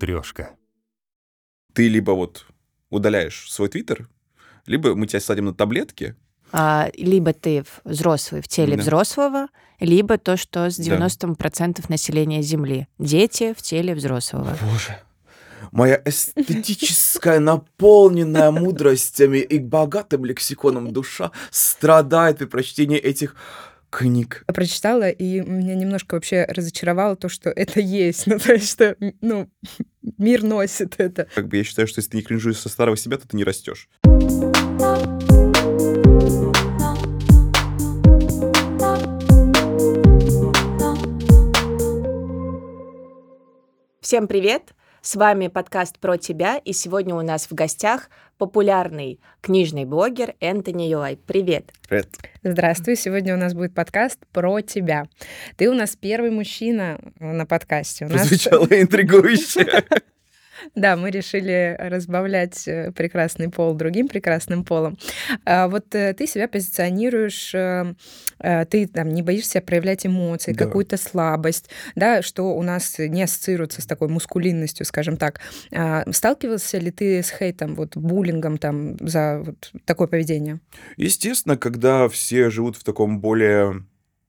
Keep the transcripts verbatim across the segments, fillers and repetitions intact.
матрешка. Ты либо вот удаляешь свой твиттер, либо мы тебя садим на таблетки. А, либо ты взрослый в теле Да. взрослого, либо то, что с Да. девяносто процентов населения Земли. Дети в теле взрослого. Боже. Моя эстетическая, наполненная мудростями и богатым лексиконом душа страдает при прочтении этих книг. Я прочитала, и меня немножко вообще разочаровало то, что это есть. Ну, то есть, что, ну, мир носит это. Как бы я считаю, что если ты не кринжуешь со старого себя, то ты не растешь. Всем привет! С вами подкаст «Про тебя», и сегодня у нас в гостях популярный книжный блогер Энтони Юлай. Привет! Привет. Здравствуй, сегодня у нас будет подкаст про тебя. Ты у нас первый мужчина на подкасте. У нас... Прозвучало интригующе. Да, мы решили разбавлять прекрасный пол другим прекрасным полом. А вот ты себя позиционируешь, ты там не боишься проявлять эмоции, Да. какую-то слабость, да, что у нас не ассоциируется с такой мускулинностью, скажем так. Сталкивался ли ты с хейтом, вот буллингом там за вот такое поведение? Естественно, когда все живут в таком более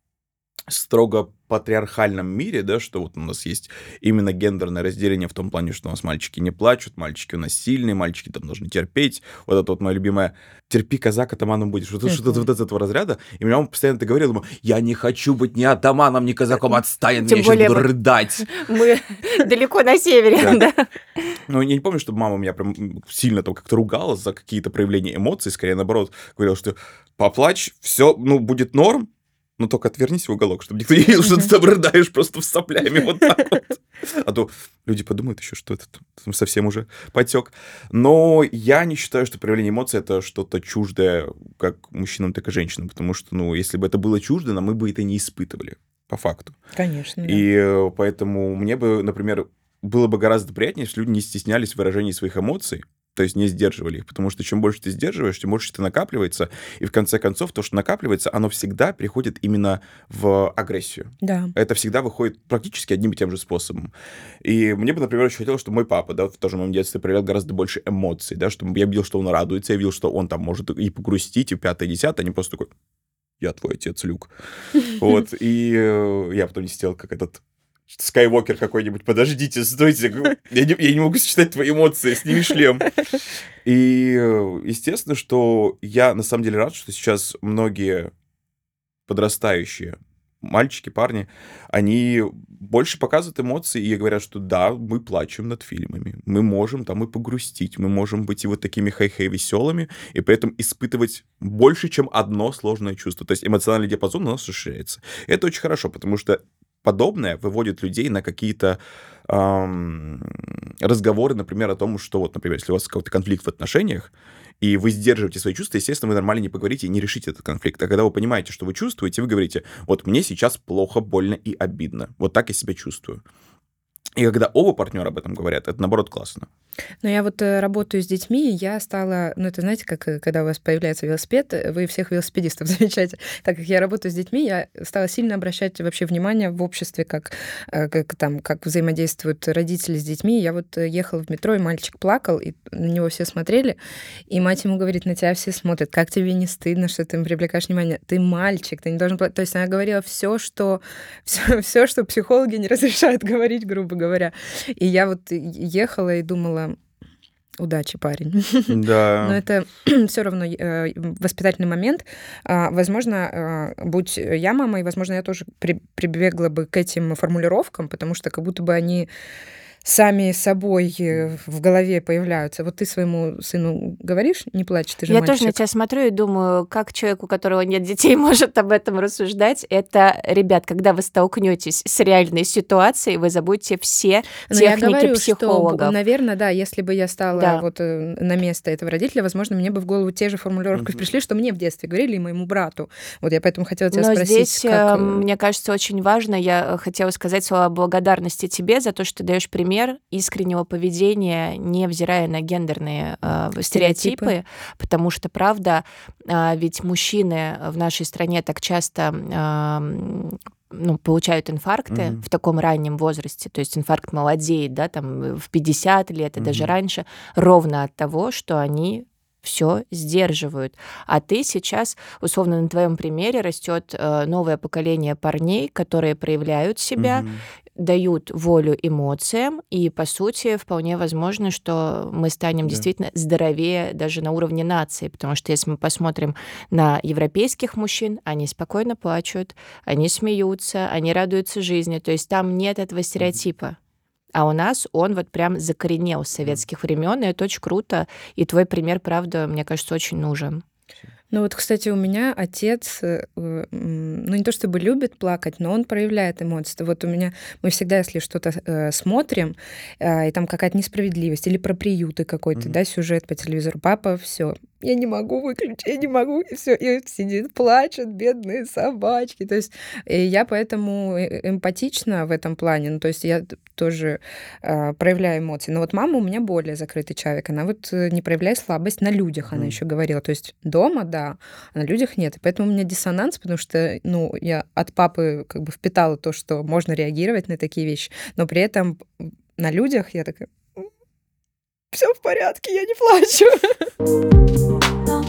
строго патриархальном мире, да, что вот у нас есть именно гендерное разделение в том плане, что у нас мальчики не плачут, мальчики у нас сильные, мальчики там должны терпеть. Вот это вот моя любимая «терпи, казак, атаманом будешь». Вот что-то вот из этого разряда. И меня он постоянно это говорил, думаю, я не хочу быть ни атаманом, ни казаком, отстань, Тем я сейчас более буду вот- рыдать. Мы далеко на севере, Да. да? Ну, я не помню, чтобы мама меня прям сильно там как-то ругала за какие-то проявления эмоций, скорее наоборот, говорила, что поплачь, все, ну, будет норм, но только отвернись в уголок, чтобы никто не видел, что ты там рыдаешь просто с соплями вот так вот. А то люди подумают еще, что это там совсем уже потек. Но я не считаю, что проявление эмоций — это что-то чуждое как мужчинам, так и женщинам, потому что, ну, если бы это было чуждо, нам мы бы это не испытывали, по факту. Конечно, да. И э, поэтому мне бы, например, было бы гораздо приятнее, если люди не стеснялись в выражении своих эмоций, то есть не сдерживали их, потому что чем больше ты сдерживаешь, тем больше это накапливается, и в конце концов то, что накапливается, оно всегда приходит именно в агрессию. Да. Это всегда выходит практически одним и тем же способом. И мне бы, например, очень хотелось, чтобы мой папа, да, в тоже в моем детстве проявлял гораздо больше эмоций, да, чтобы я видел, что он радуется, я видел, что он там может и погрустить, и пятое, и десятое, а не просто такой: я твой отец, Люк. Вот, и э, я потом не сидел, как этот Скайуокер какой-нибудь, подождите, стойте, я не, я не могу сочетать твои эмоции, сними шлем. И э, естественно, что я на самом деле рад, что сейчас многие подрастающие мальчики, парни, они больше показывают эмоции и говорят, что да, мы плачем над фильмами, мы можем там и погрустить, мы можем быть и вот такими хей-хей веселыми, и при этом испытывать больше, чем одно сложное чувство. То есть эмоциональный диапазон у нас расширяется. И это очень хорошо, потому что подобное выводит людей на какие-то эм, разговоры, например, о том, что вот, например, если у вас какой-то конфликт в отношениях, и вы сдерживаете свои чувства, естественно, вы нормально не поговорите и не решите этот конфликт. А когда вы понимаете, что вы чувствуете, вы говорите: вот мне сейчас плохо, больно и обидно. Вот так я себя чувствую. И когда оба партнера об этом говорят, это, наоборот, классно. Но я вот э, работаю с детьми, и я стала, ну, это знаете, как э, когда у вас появляется велосипед, э, вы всех велосипедистов замечаете. Так как я работаю с детьми, я стала сильно обращать вообще внимание в обществе, как, э, как, там, как взаимодействуют родители с детьми. Я вот э, ехала в метро, и мальчик плакал, и на него все смотрели, и мать ему говорит: на тебя все смотрят, как тебе не стыдно, что ты им привлекаешь внимание? Ты мальчик, ты не должен плакать. То есть она говорила все, что, все, все, что психологи не разрешают говорить, грубо говоря. И я вот ехала и думала: удачи, парень. Но Да. это все равно э, воспитательный момент. А, возможно, э, будь я мамой, возможно, я тоже при- прибегла бы к этим формулировкам, потому что как будто бы они сами собой э, в голове появляются. Вот ты своему сыну говоришь: не плачь, ты же Я мальчик. тоже на тебя смотрю и думаю, как человек, у которого нет детей, может об этом рассуждать. Это, ребят, когда вы столкнетесь с реальной ситуацией, вы забудете все Но я техники говорю, психологов. что, наверное, да, если бы я стала Да. вот э, на место этого родителя, возможно, мне бы в голову те же формулировки Мгм. пришли, что мне в детстве говорили и моему брату. Вот я поэтому хотела тебя Но спросить, здесь, как... э, э, мне кажется, очень важно, я э, хотела сказать слова благодарности тебе за то, что ты даешь пример искреннего поведения, невзирая на гендерные э, стереотипы, Стереотипы. потому что, правда, э, ведь мужчины в нашей стране так часто э, ну, получают инфаркты Мгм. в таком раннем возрасте, то есть инфаркт молодеет, да, там в пятьдесят лет и даже Мгм. раньше, ровно от того, что они все сдерживают. А ты сейчас, условно, на твоем примере растет э, новое поколение парней, которые проявляют себя, Мгм. дают волю эмоциям, и, по сути, вполне возможно, что мы станем Да. действительно здоровее даже на уровне нации, потому что если мы посмотрим на европейских мужчин, они спокойно плачут, они смеются, они радуются жизни, то есть там нет этого Мгм. стереотипа. А у нас он вот прям закоренел с Да. советских времен, и это очень круто. И твой пример, правда, мне кажется, очень нужен. Ну вот, кстати, у меня отец, э, э, м, ну не то чтобы любит плакать, но он проявляет эмоции. Вот у меня, мы всегда, если что-то э, смотрим, э, и там какая-то несправедливость, или про приюты какой-то, Мгм. да, сюжет по телевизору, папа, все, я не могу выключить, я не могу, и все, и сидит, плачет, бедные собачки. То есть э, я поэтому э- эмпатична в этом плане, ну то есть я т- тоже э, проявляю эмоции. Но вот мама у меня более закрытый человек, она вот э, не проявляет слабость на людях, она Мгм. еще говорила. То есть дома, да, а на людях нет. И поэтому у меня диссонанс, потому что, ну, я от папы как бы впитала то, что можно реагировать на такие вещи, но при этом м, на людях я такая, все в порядке, я не плачу.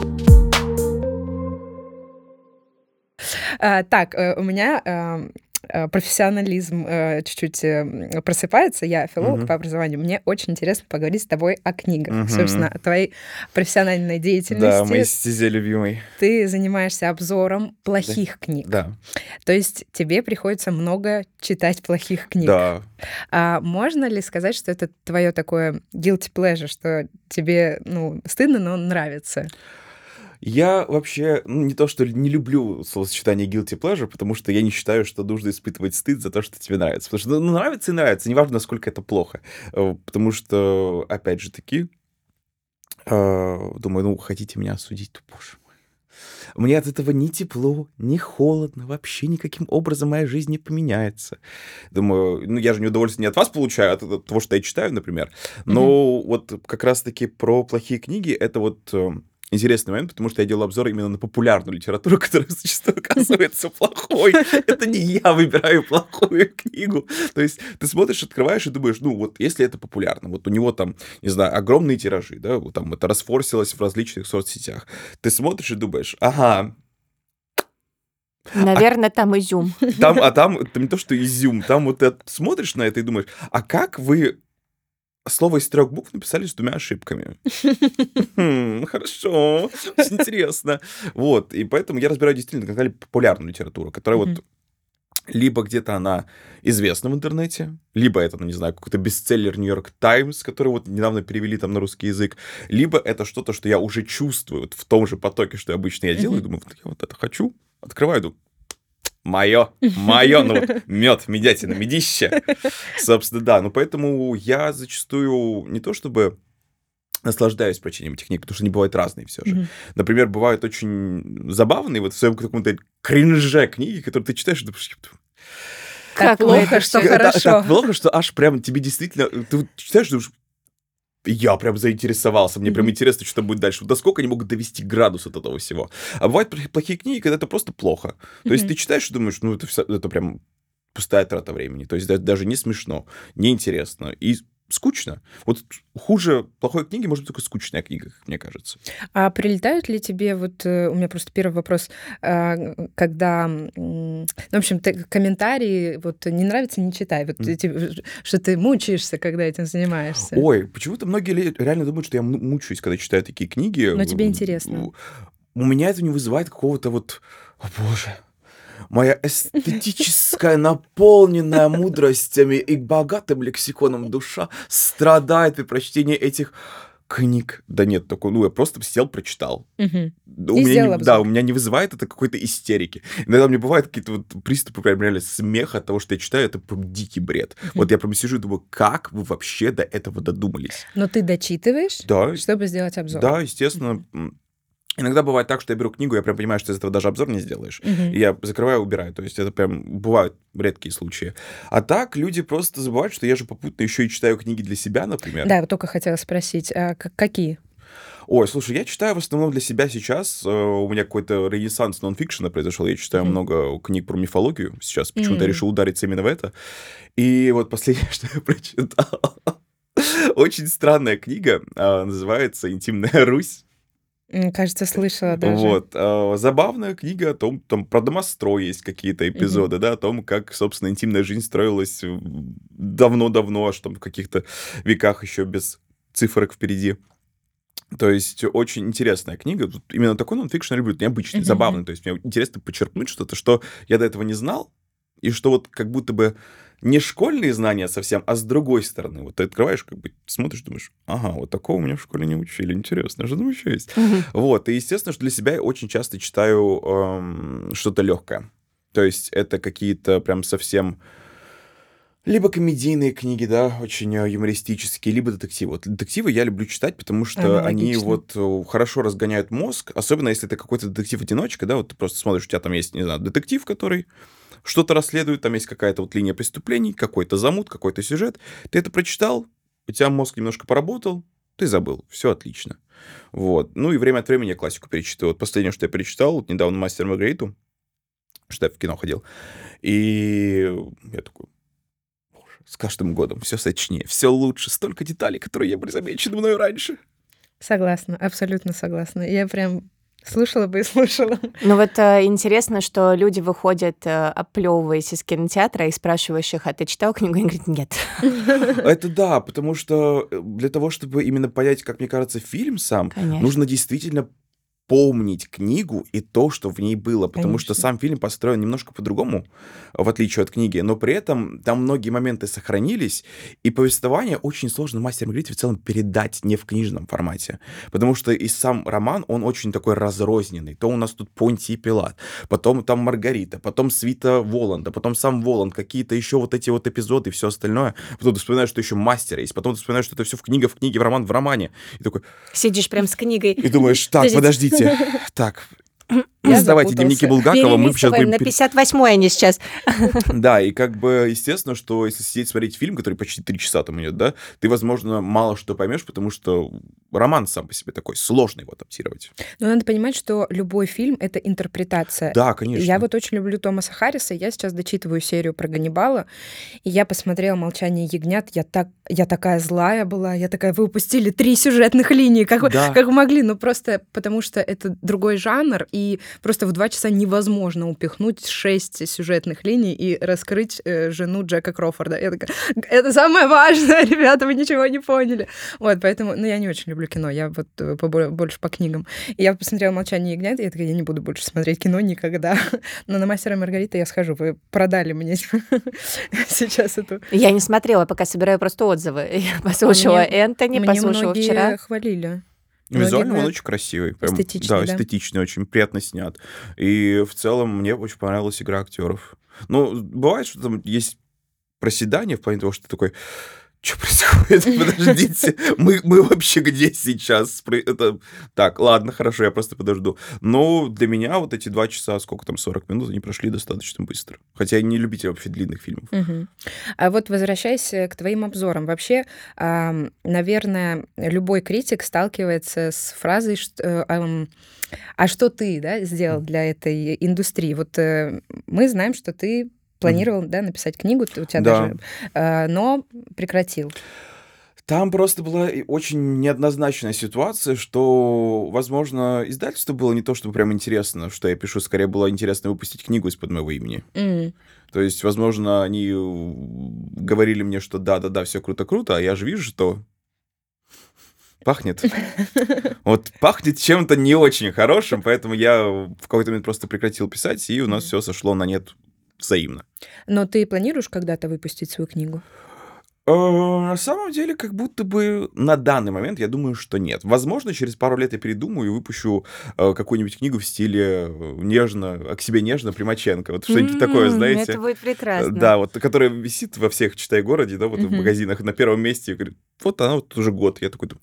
А, Так, э, у меня эм, э, профессионализм э, чуть-чуть э, просыпается. Я филолог Мгм. по образованию. Мне очень интересно поговорить с тобой о книгах. Мгм. Собственно, о твоей профессиональной Да, моей деятельности. стезе любимой. Ты занимаешься обзором Да. плохих книг. Да. То есть тебе приходится много читать плохих книг. Да. А можно ли сказать, что это твое такое guilty pleasure, что тебе, ну, стыдно, но нравится? Я вообще, ну, не то, что не люблю словосочетание guilty pleasure, потому что я не считаю, что нужно испытывать стыд за то, что тебе нравится. Потому что, ну, нравится и нравится, неважно, насколько это плохо. Э, Потому что, опять же таки, э, думаю, ну, хотите меня осудить, то, боже мой. Мне от этого ни тепло, ни холодно, вообще никаким образом моя жизнь не поменяется. Думаю, ну, я же не удовольствие не от вас получаю, а от, от того, что я читаю, например. Мгм. Но вот как раз-таки про плохие книги, это вот э, интересный момент, потому что я делал обзор именно на популярную литературу, которая зачастую оказывается плохой. Это не я выбираю плохую книгу. То есть ты смотришь, открываешь и думаешь, ну, вот если это популярно, вот у него там, не знаю, огромные тиражи, да, вот там это расфорсилось в различных соцсетях. Ты смотришь и думаешь, ага, а Наверное, там изюм. там, а там, там не то, что изюм, там вот ты смотришь на это и думаешь, а как вы слово из трех букв написали с двумя ошибками? Хм, хорошо, очень интересно. Вот, и поэтому я разбираю действительно как популярную литературу, которая Мгм. вот либо где-то она известна в интернете, либо это, ну, не знаю, какой-то бестселлер Нью-Йорк Таймс, который вот недавно перевели там на русский язык, либо это что-то, что я уже чувствую вот в том же потоке, что обычно я делаю, и Мгм. думаю, вот я вот это хочу, открываю, думаю, мое, мое, ну вот мед, медятина, медище. Собственно, да, ну поэтому я зачастую не то чтобы наслаждаюсь прочтением этих книг, потому что они бывают разные все же. Мгм. Например, бывают очень забавные, вот в своем каком-то кринже книги, которые ты читаешь и думаешь, «Ёпта, Так Как вы плохо, это что всё- да, так хорошо. плохо, что аж прям тебе действительно... Ты вот читаешь, и думаешь, я прям заинтересовался, мне прям Мгм. интересно, что будет дальше. Вот насколько они могут довести градус от этого всего. А бывают плохи- плохие книги, когда это просто плохо. То есть Мгм. ты читаешь и думаешь, ну это, вся- это прям пустая трата времени. То есть да- даже не смешно, не интересно и скучно. Вот хуже плохой книги может быть только скучная книга, как мне кажется. А прилетают ли тебе, вот э, у меня просто первый вопрос, а, когда, м, ну, в общем, ты- комментарии, вот не нравится, не читай, вот Мгм. эти, что ты мучаешься, когда этим занимаешься, Ой, почему-то многие ле- реально думают, что я му- мучаюсь, когда читаю такие книги. но тебе интересно. У меня это не вызывает какого-то вот, о боже, моя эстетическая, наполненная мудростями и богатым лексиконом душа страдает при прочтении этих книг. Да нет, такой, ну, я просто сел, прочитал. Мгм. Да, у И меня сделал не, да, у обзор. меня не вызывает это какой-то истерики. Иногда у меня бывают какие-то вот приступы прям реально смеха от того, что я читаю, это прям дикий бред. Вот Мгм. я прям сижу и думаю, как вы вообще до этого додумались? Но ты дочитываешь, Да, чтобы сделать обзор. да, естественно. м, Иногда бывает так, что я беру книгу, я прям понимаю, что из этого даже обзор не сделаешь. Мгм. И я закрываю, убираю. То есть это прям бывают редкие случаи. А так люди просто забывают, что я же попутно еще и читаю книги для себя, например. Да, вот только хотела спросить, а к- какие? Ой, слушай, я читаю в основном для себя сейчас. э, У меня какой-то ренессанс нонфикшена произошел. Я читаю Мгм. много книг про мифологию сейчас. Почему-то я М. решил удариться именно в это. И вот последнее, что я прочитал, очень странная книга, а, называется «Интимная Русь». М, Кажется, слышала даже. Вот. а, Забавная книга о том, там про домострой есть какие-то Мгм. эпизоды, да, о том, как, собственно, интимная жизнь строилась м, давно-давно, аж там в каких-то веках еще без цифрок впереди. То есть очень интересная книга. Тут именно такой нонфикшн я люблю, необычный, Мгм, забавный. мгм. То есть мне интересно почерпнуть что-то, что я до этого не знал, и что вот как будто бы не школьные знания совсем, а с другой стороны. Вот ты открываешь, как бы смотришь, думаешь, ага, вот такого у меня в школе не учили, интересно, что там еще есть? Мгм. Вот, и естественно, что для себя я очень часто читаю эм, что-то легкое. То есть это какие-то прям совсем либо комедийные книги, да, очень э, юмористические, либо детективы. Вот детективы я люблю читать, потому что они Аналогично. вот э, хорошо разгоняют мозг, особенно если это какой-то детектив-одиночка, да, вот ты просто смотришь, у тебя там есть, не знаю, детектив, который что-то расследует, там есть какая-то вот линия преступлений, какой-то замут, какой-то сюжет. Ты это прочитал, у тебя мозг немножко поработал, ты забыл, все отлично. Вот. Ну и время от времени я классику перечитываю. Вот последнее, что я перечитал, вот недавно «Мастер и Маргариту», что я в кино ходил, и я такой, с каждым годом все сочнее, все лучше, столько деталей, которые не были замечены мною раньше. Согласна, абсолютно согласна. Я прям слушала бы и слушала. Ну вот э, интересно, что люди выходят, э, оплевываясь из кинотеатра и спрашиваешь их, а ты читал книгу? Они говорят, нет. Это да, потому что э, для того, чтобы именно понять, как мне кажется, фильм сам, Конечно. нужно действительно помнить книгу и то, что в ней было, потому что Конечно. сам фильм построен немножко по-другому, в отличие от книги, но при этом там многие моменты сохранились, и повествование очень сложно «Мастер и Маргарите» в целом передать не в книжном формате, потому что и сам роман, он очень такой разрозненный. То у нас тут Понтий и Пилат, потом там Маргарита, потом свита Воланда, потом сам Воланд, какие-то еще вот эти вот эпизоды и все остальное. Потом ты вспоминаешь, что еще мастер есть, потом ты вспоминаешь, что это все в книге, в книге, в роман, в романе. И такой, Сидишь прям с книгой. и думаешь, так, Подождите. подождите, так, Я давайте дневники запутался. Булгакова, мы сейчас Перелистываем будем... на пере- пятьдесят восьмой они сейчас. Да, и как бы естественно, что если сидеть смотреть фильм, который почти три часа там идет, да, ты, возможно, мало что поймешь, потому что роман сам по себе такой, сложно его адаптировать. Но надо понимать, что любой фильм — это интерпретация. Да, Я конечно. вот очень люблю Томаса Харриса. Я сейчас дочитываю серию про Ганнибала, и я посмотрела «Молчание ягнят». Я, так, я такая злая была, я такая, вы упустили три сюжетных линии, как вы, Да. как вы могли? Ну, просто потому что это другой жанр, и просто в два часа невозможно упихнуть шесть сюжетных линий и раскрыть э, жену Джека Кроуфорда. Я такая, это самое важное, ребята, вы ничего не поняли. Вот, поэтому, ну, я не очень люблю кино, я вот э, побо- больше по книгам. И я посмотрела «Молчание ягнят», и я такая, я не буду больше смотреть кино никогда. Но на «Мастера и Маргарита» я схожу. Вы продали мне сейчас эту... Я не смотрела, пока собираю просто отзывы. Я послушала мне- Энтони, Мне послушала многие вчера. хвалили. Визуально он говорят, очень красивый. Прям, эстетичный, да, да. эстетичный, очень приятно снят. И в целом мне очень понравилась игра актеров. Ну, бывает, что там есть проседание в плане того, что ты такой, что происходит? Подождите, мы, мы вообще где сейчас? Про- Это... Так, ладно, хорошо, я просто подожду. Но для меня вот эти два часа, сколько там, сорок минут, они прошли достаточно быстро. Хотя я не любитель вообще длинных фильмов. Мгм. А вот возвращаясь э, к твоим обзорам, вообще, ам, наверное, любой критик сталкивается с фразой, что, э, ам, а что ты, да, сделал для этой индустрии? Вот э, мы знаем, что ты планировал, да, написать книгу, ты- у тебя Да. даже, э, но прекратил. Там просто была и очень неоднозначная ситуация, что, возможно, издательство было не то, чтобы прям интересно, что я пишу, скорее было интересно выпустить книгу из-под моего имени. М. То есть, возможно, они э, говорили мне, что да-да-да, все круто-круто, а я же вижу, что пахнет. Вот пахнет чем-то не очень хорошим, поэтому я в какой-то момент просто прекратил писать, и у нас Мгм. все сошло на нет взаимно. Но ты планируешь когда-то выпустить свою книгу? Э, На самом деле, как будто бы на данный момент я думаю, что нет. Возможно, через пару лет я передумаю и выпущу э, какую-нибудь книгу в стиле э, нежно, а к себе нежно Примаченко. Вот что-нибудь такое, М, знаете. Это будет Э, прекрасно. Да, вот, которая висит во всех «Читай городе», да, вот в Мгм. магазинах на первом месте. И говорит, вот она вот уже год. Я такой, думаю,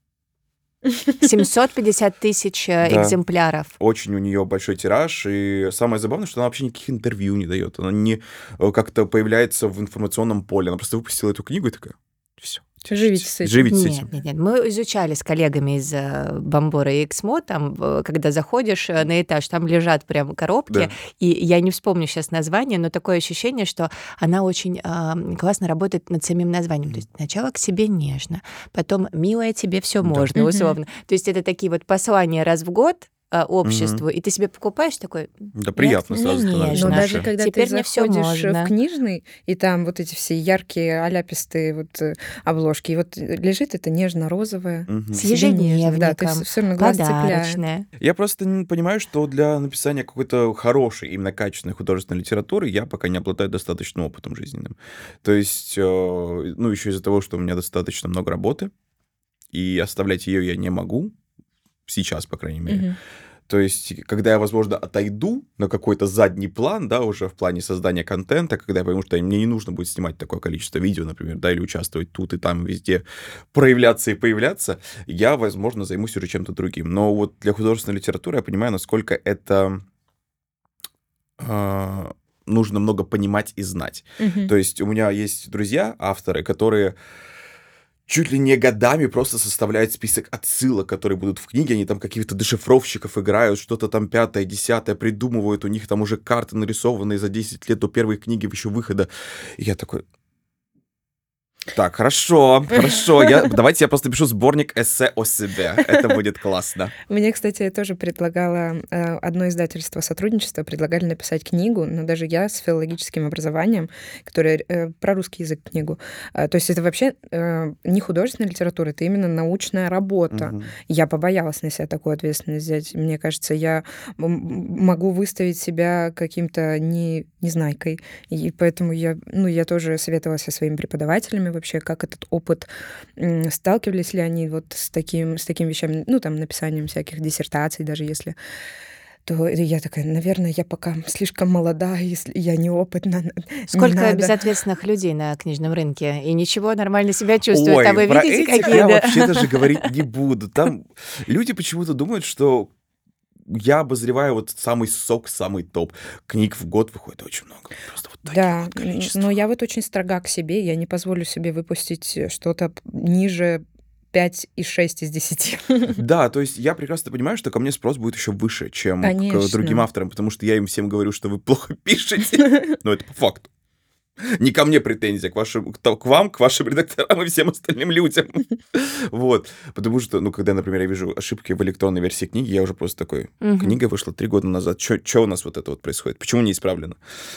семьсот пятьдесят тысяч э, Да. экземпляров. очень у нее большой тираж, и самое забавное, что она вообще никаких интервью не дает. Она не э, как-то появляется в информационном поле. Она просто выпустила эту книгу и такая, все, Живите с этим. Живите с Нет, этим. нет, нет. Мы изучали с коллегами из э, Бомбора и Эксмо, там, э, когда заходишь э, на этаж, там лежат прям коробки, Да. и я не вспомню сейчас название, но такое ощущение, что она очень э, классно работает над самим названием. То есть сначала к себе нежно, потом «милая, тебе все Да. можно», Мгм. условно. То есть это такие вот послания раз в год э, обществу, и ты себе покупаешь такой, Да, нет, приятно мне сразу нежно. Но становится на даже душе. когда Теперь ты мне всё заходишь можно. в книжный, и там вот эти все яркие, аляпистые вот э, обложки, и вот лежит это нежно-розовое, Мгм. С к себе нежно, да, ты ежедневником, все равно глаз цепляет. подарочное. Я просто не понимаю, что для написания какой-то хорошей, именно качественной художественной литературы я пока не обладаю достаточным опытом жизненным. То есть, э, ну, еще из-за того, что у меня достаточно много работы, и оставлять ее я не могу, сейчас, по крайней мере. Мгм. То есть, когда я, возможно, отойду на какой-то задний план, да, уже в плане создания контента, когда я пойму, что мне не нужно будет снимать такое количество видео, например, да, или участвовать тут и там, везде, проявляться и появляться, я, возможно, займусь уже чем-то другим. Но вот для художественной литературы я понимаю, насколько это а, нужно много понимать и знать. Мгм. То есть у меня есть друзья, авторы, которые чуть ли не годами просто составляют список отсылок, которые будут в книге, они там каких-то дешифровщиков играют, что-то там пятое, десятое придумывают, у них там уже карты нарисованные за десять лет до первой книги еще выхода. И я такой... Так, хорошо, хорошо. Я, давайте я просто напишу сборник эссе о себе. Это будет классно. Мне, кстати, тоже предлагало э, одно издательство сотрудничества, предлагали написать книгу, но даже я с филологическим образованием, которая э, про русский язык книгу. Э, то есть это вообще э, не художественная литература, это именно научная работа. Мгм. Я побоялась на себя такую ответственность взять. Мне кажется, я м- могу выставить себя каким-то не, незнайкой. И поэтому я, ну, я тоже советовалась со своими преподавателями вообще, как этот опыт, м, сталкивались ли они вот с таким, с такими вещами, ну, там, написанием всяких диссертаций, даже если... То я такая, наверное, я пока слишком молода, если я неопытна. Не Сколько надо. безответственных людей на книжном рынке, и ничего, нормально себя чувствуют. Ой, А вы про видите, этих какие... я да? вообще даже говорить не буду. Там люди почему-то думают, что я обозреваю вот самый сок, самый топ. Книг в год выходит очень много. Просто вот таких Да, вот н- количество. но я вот очень строга к себе, я не позволю себе выпустить что-то п- ниже пять и шесть из десяти. Да, то есть я прекрасно понимаю, что ко мне спрос будет еще выше, чем к другим Конечно. авторам, потому что я им всем говорю, что вы плохо пишете. Но это по факту. Не ко мне претензия, к вашим, к то- к вам, к вашим редакторам и всем остальным людям. Вот. Потому что, ну, когда, например, я вижу ошибки в электронной версии книги, я уже просто такой, Мгм. книга вышла три года назад, что у нас вот это вот происходит? Почему не исправлено?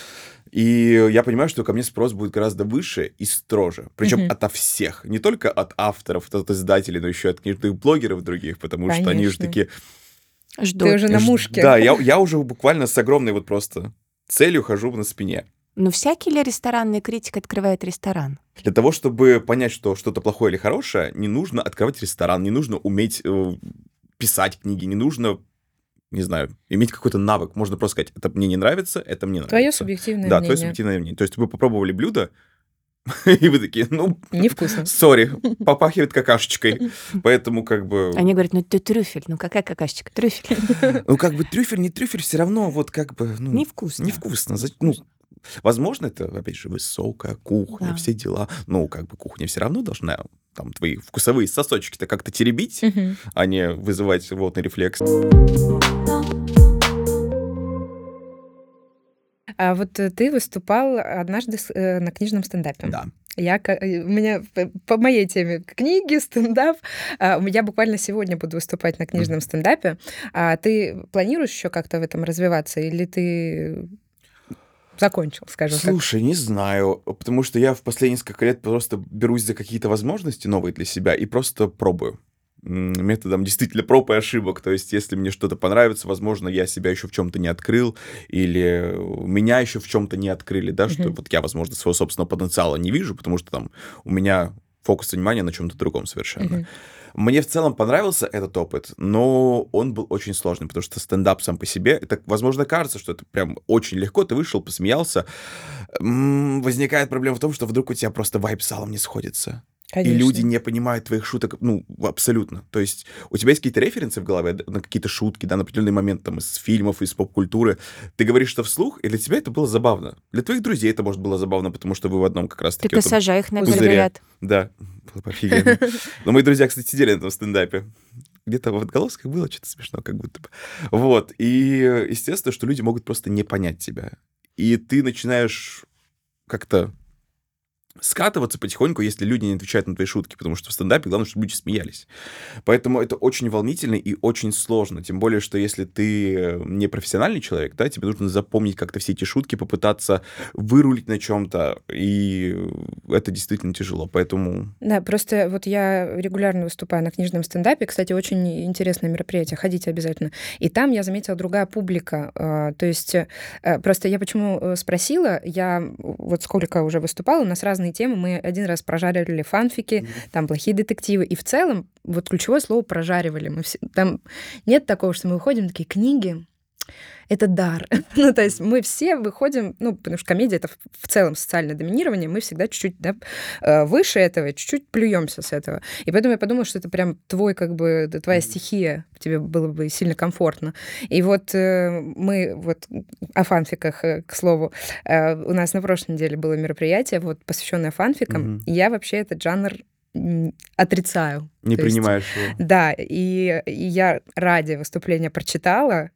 И я понимаю, что ко мне спрос будет гораздо выше и строже. Причем Мгм. ото всех. Не только от авторов, от издателей, но еще от книжных блогеров других, потому что они уже Конечно. такие... Ты Ждут. уже на Ж- мушке. Да, я, я уже буквально с огромной вот просто целью хожу на спине. Ну, всякий ли ресторанный критик открывает ресторан? Для того, чтобы понять, что что-то плохое или хорошее, не нужно открывать ресторан, не нужно уметь э, писать книги, не нужно, не знаю, иметь какой-то навык. Можно просто сказать, это мне не нравится, это мне Твое нравится. субъективное Да, твое мнение. субъективное мнение. То есть вы попробовали блюдо, и вы такие, ну, Невкусно. сори, попахивает какашечкой. Поэтому как бы... Они говорят, ну ты трюфель, ну какая какашечка, трюфель. Ну, как бы трюфель, не трюфель, все равно вот как бы... Ну, Невкусно. невкусно. За- Ну, возможно, это, опять же, высокая кухня, Да. все дела. Ну, как бы кухня все равно должна там твои вкусовые сосочки-то как-то теребить, Мгм. а не вызывать рвотный рефлекс. А вот э, ты выступал однажды с- э, на книжном стендапе. Да. Я, ка- э, у меня п- по моей теме книги, стендап. а, Я буквально сегодня буду выступать на книжном стендапе. А ты планируешь еще как-то в этом развиваться, или ты закончил, скажем так? Слушай, не знаю, потому что я в последние несколько лет просто берусь за какие-то возможности новые для себя и просто пробую. М, Методом действительно проб и ошибок. То есть, если мне что-то понравится, возможно, я себя еще в чем-то не открыл, или меня еще в чем-то не открыли, да, что Мгм. вот я, возможно, своего собственного потенциала не вижу, потому что там у меня фокус внимания на чем-то другом совершенно. Мгм. Мне в целом понравился этот опыт, но он был очень сложный, потому что стендап сам по себе, это, возможно, кажется, что это прям очень легко, ты вышел, посмеялся. М, Возникает проблема в том, что вдруг у тебя просто вайб с салом не сходится. И Конечно. люди не понимают твоих шуток, ну, абсолютно. То есть у тебя есть какие-то референсы в голове д- на какие-то шутки, да, на определенный момент там из фильмов, из поп-культуры. Ты говоришь что вслух, и для тебя это было забавно. Для твоих друзей это, может, было забавно, потому что вы в одном как раз-таки... Ты вот этом сажай их на пузыре. первый ряд. Да, Было бы офигенно. Но мои друзья, кстати, сидели на этом стендапе. Где-то в отголосках было что-то смешно, как будто бы. Вот. И естественно, что люди могут просто не понять тебя. И ты начинаешь как-то скатываться потихоньку, если люди не отвечают на твои шутки, потому что в стендапе главное, чтобы люди смеялись. Поэтому это очень волнительно и очень сложно. Тем более, что если ты не профессиональный человек, да, тебе нужно запомнить как-то все эти шутки, попытаться вырулить на чем-то, и это действительно тяжело. Поэтому... Да, просто вот я регулярно выступаю на книжном стендапе. Кстати, очень интересное мероприятие. Ходите обязательно. И там я заметила другая публика. То есть просто я почему спросила, я вот сколько уже выступала, у нас разные темы. Мы один раз прожаривали фанфики, mm-hmm. там плохие детективы. И в целом, вот ключевое слово прожаривали. Мы все... Там нет такого, что мы выходим, такие книги. Это дар. Ну, то есть мы все выходим, ну, потому что комедия — это в целом социальное доминирование, мы всегда чуть-чуть, да, выше этого, чуть-чуть плюемся с этого. И поэтому я подумала, что это прям твой, как бы, твоя стихия, тебе было бы сильно комфортно. И вот мы вот о фанфиках, к слову, у нас на прошлой неделе было мероприятие, вот, посвященное фанфикам, mm-hmm. и я вообще этот жанр отрицаю. Не То принимаешь есть, его. Да, и, и я ради выступления прочитала,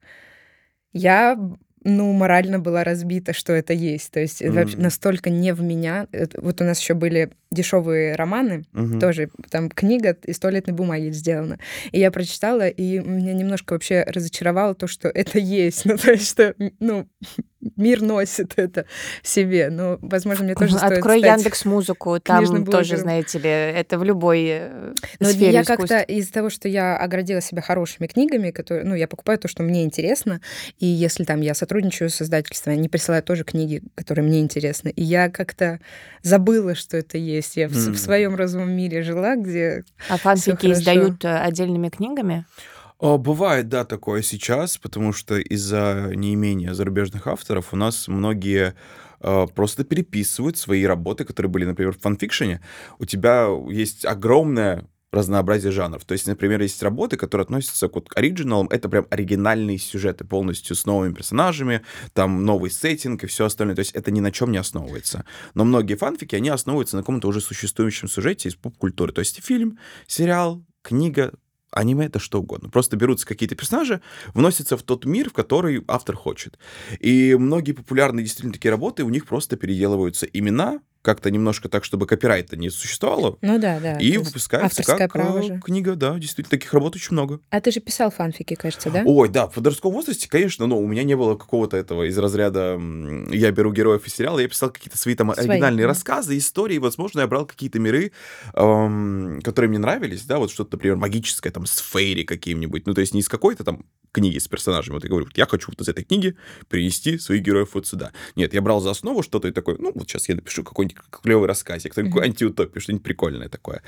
я, ну, морально была разбита, что это есть. То есть mm-hmm. вообще настолько не в меня. Вот у нас еще были дешевые романы, mm-hmm. тоже там книга из туалетной бумаги сделана. И я прочитала, и меня немножко вообще разочаровало то, что это есть. Ну, то есть, что, ну, мир носит это в себе. Но, возможно, мне тоже стоит Открой стать Яндекс.Музыку, там тоже, знаете ли, это в любой Но сфере я искусства. как-то из-за того, что я оградила себя хорошими книгами, которые, ну, я покупаю то, что мне интересно, и если там я сотрудничаю с издательством, они присылают тоже книги, которые мне интересны, и я как-то забыла, что это есть. Я mm. в, в своем розовом мире жила, где А фанфики издают отдельными книгами? Бывает, да, такое сейчас, потому что из-за неимения зарубежных авторов у нас многие э, просто переписывают свои работы, которые были, например, в фанфикшене. У тебя есть огромное разнообразие жанров. То есть, например, есть работы, которые относятся к вот оригиналам, это прям оригинальные сюжеты полностью с новыми персонажами, там новый сеттинг и все остальное. То есть это ни на чем не основывается. Но многие фанфики, они основываются на каком-то уже существующем сюжете из поп-культуры. То есть фильм, сериал, книга, аниме — это что угодно. Просто берутся какие-то персонажи, вносятся в тот мир, в который автор хочет. И многие популярные действительно такие работы, у них просто переделываются имена, как-то немножко так, чтобы копирайта не существовало. Ну да, да. И выпускается как книга, да, действительно, таких работ очень много. А ты же писал фанфики, кажется, да? Ой, да, в подростковом возрасте, конечно, но у меня не было какого-то этого из разряда я беру героев из сериала, я писал какие-то свои там свои, оригинальные да. рассказы, истории, возможно, я брал какие-то миры, эм, которые мне нравились, да, вот что-то, например, магическое, там, с фейри каким-нибудь, ну, то есть не из какой-то там книги с персонажами, вот я говорю, я хочу вот из этой книги перенести своих героев вот сюда. Нет, я брал за основу что-то и такой, ну, вот сейчас я напишу какой-нибудь клевый рассказик, какую-нибудь mm-hmm. антиутопию, что-нибудь прикольное такое.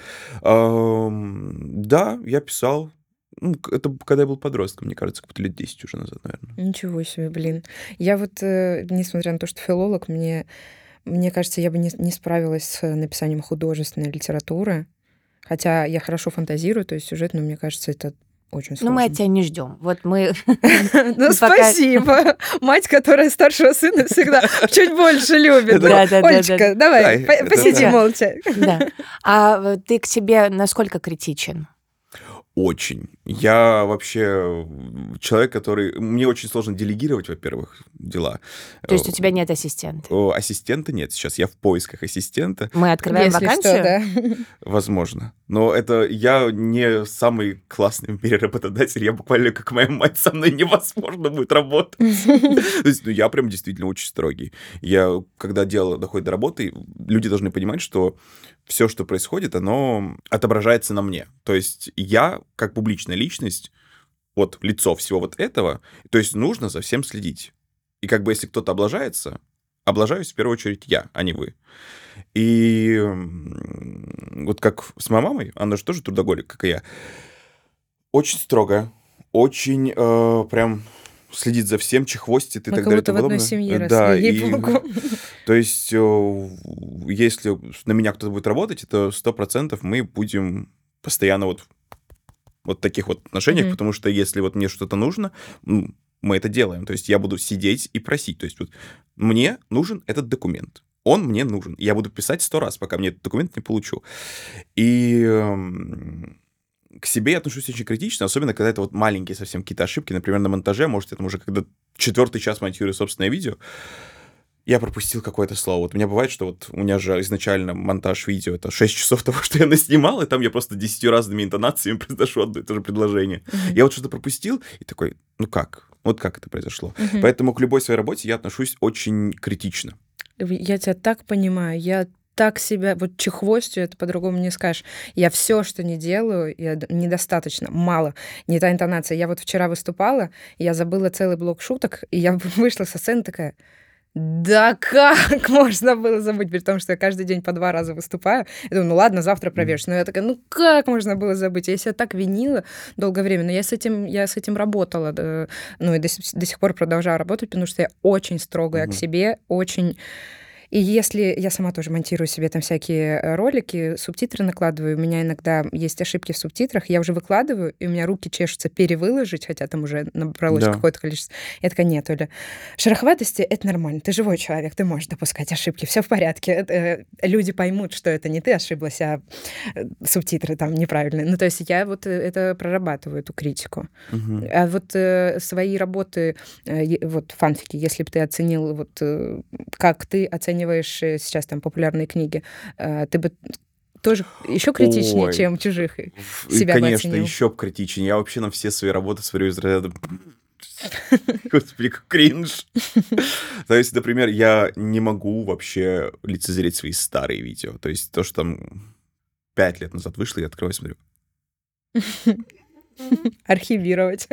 Эм, да, я писал. Ну, это когда я был подростком, мне кажется, как-то лет десять уже назад, наверное. Ничего себе, блин. Я вот, э, несмотря на то, что филолог, мне, мне кажется, я бы не, не справилась с написанием художественной литературы. Хотя я хорошо фантазирую, то есть сюжет, но мне кажется, это очень сложно. Ну, мы от тебя не ждем. Вот мы... Ну, спасибо. Мать, которая старшего сына всегда чуть больше любит. Да, да, да. Олечка, давай, посиди молча. Да. А ты к себе насколько критичен? Очень. Я вообще человек, который... Мне очень сложно делегировать, во-первых, дела. То есть у тебя нет ассистента? Ассистента нет сейчас. Я в поисках ассистента. Мы открываем Если вакансию? Что, да. Возможно. Но это я не самый классный в мире работодатель. Я буквально, как моя мать, со мной невозможно будет работать. То есть, ну, я прям действительно очень строгий. Я, когда дело доходит до работы, люди должны понимать, что все, что происходит, оно отображается на мне. То есть я, как публичная личность, вот лицо всего вот этого, то есть нужно за всем следить. И как бы если кто-то облажается, облажаюсь в первую очередь я, а не вы. И вот как с моей мамой, она же тоже трудоголик, как и я, очень строго, очень э, прям... следит за всем, чехвостит и Мы так далее. Мы как будто в одной семье росли, да, ей-богу. То есть, если на меня кто-то будет работать, это сто процентов мы будем постоянно вот вот таких вот отношениях, mm-hmm. потому что если вот мне что-то нужно, мы это делаем. То есть я буду сидеть и просить. То есть вот мне нужен этот документ. Он мне нужен. Я буду писать сто раз, пока мне этот документ не получу. И эм, к себе я отношусь очень критично, особенно когда это вот маленькие совсем какие-то ошибки. Например, на монтаже, может, я там уже когда четвертый час монтирую собственное видео, я пропустил какое-то слово. Вот у меня бывает, что вот у меня же изначально монтаж видео — это шесть часов того, что я наснимал, и там я просто десятью разными интонациями произношу одно и то же предложение. Мгм. Я вот что-то пропустил, и такой, ну как? Вот как это произошло? Мгм. Поэтому к любой своей работе я отношусь очень критично. В- Я тебя так понимаю, я так себя, вот чехвостью, это по-другому не скажешь. Я все, что не делаю, я д- недостаточно, мало, не та интонация. Я вот вчера выступала, я забыла целый блок шуток, и я вышла со сцены такая, да как можно было забыть, при том, что я каждый день по два раза выступаю. Я думаю, ну ладно, завтра Мгм. проверишь. Но я такая, ну как можно было забыть? Я себя так винила долгое время. Но я с этим, я с этим работала. да, Ну и до, сих до сих пор продолжаю работать, потому что я очень строгая к Мгм. себе, очень... И если я сама тоже монтирую себе там всякие э, ролики, субтитры накладываю, у меня иногда есть ошибки в субтитрах, я уже выкладываю, и у меня руки чешутся перевыложить, хотя там уже набралось Да. какое-то количество. Я такая, нет, Оля, шероховатости — это нормально, ты живой человек, ты можешь допускать ошибки, все в порядке. Это, э, люди поймут, что это не ты ошиблась, а э, субтитры там неправильные. Ну, то есть я вот э, это прорабатываю, эту критику. Мгм. А вот э, свои работы, э, е- вот фанфики, если бы ты оценил, вот э, как ты оцениваешь э, сейчас там популярные книги, э, ты бы тоже еще критичнее, Ой, чем чужих, и в- и, себя бы конечно, оценил. еще критичнее. Я вообще на все свои работы смотрю из разряда... Господи, как кринж. То есть, например, я не могу вообще лицезреть свои старые видео. То есть то, что там пять лет назад вышло, я открываю и смотрю. Архивировать.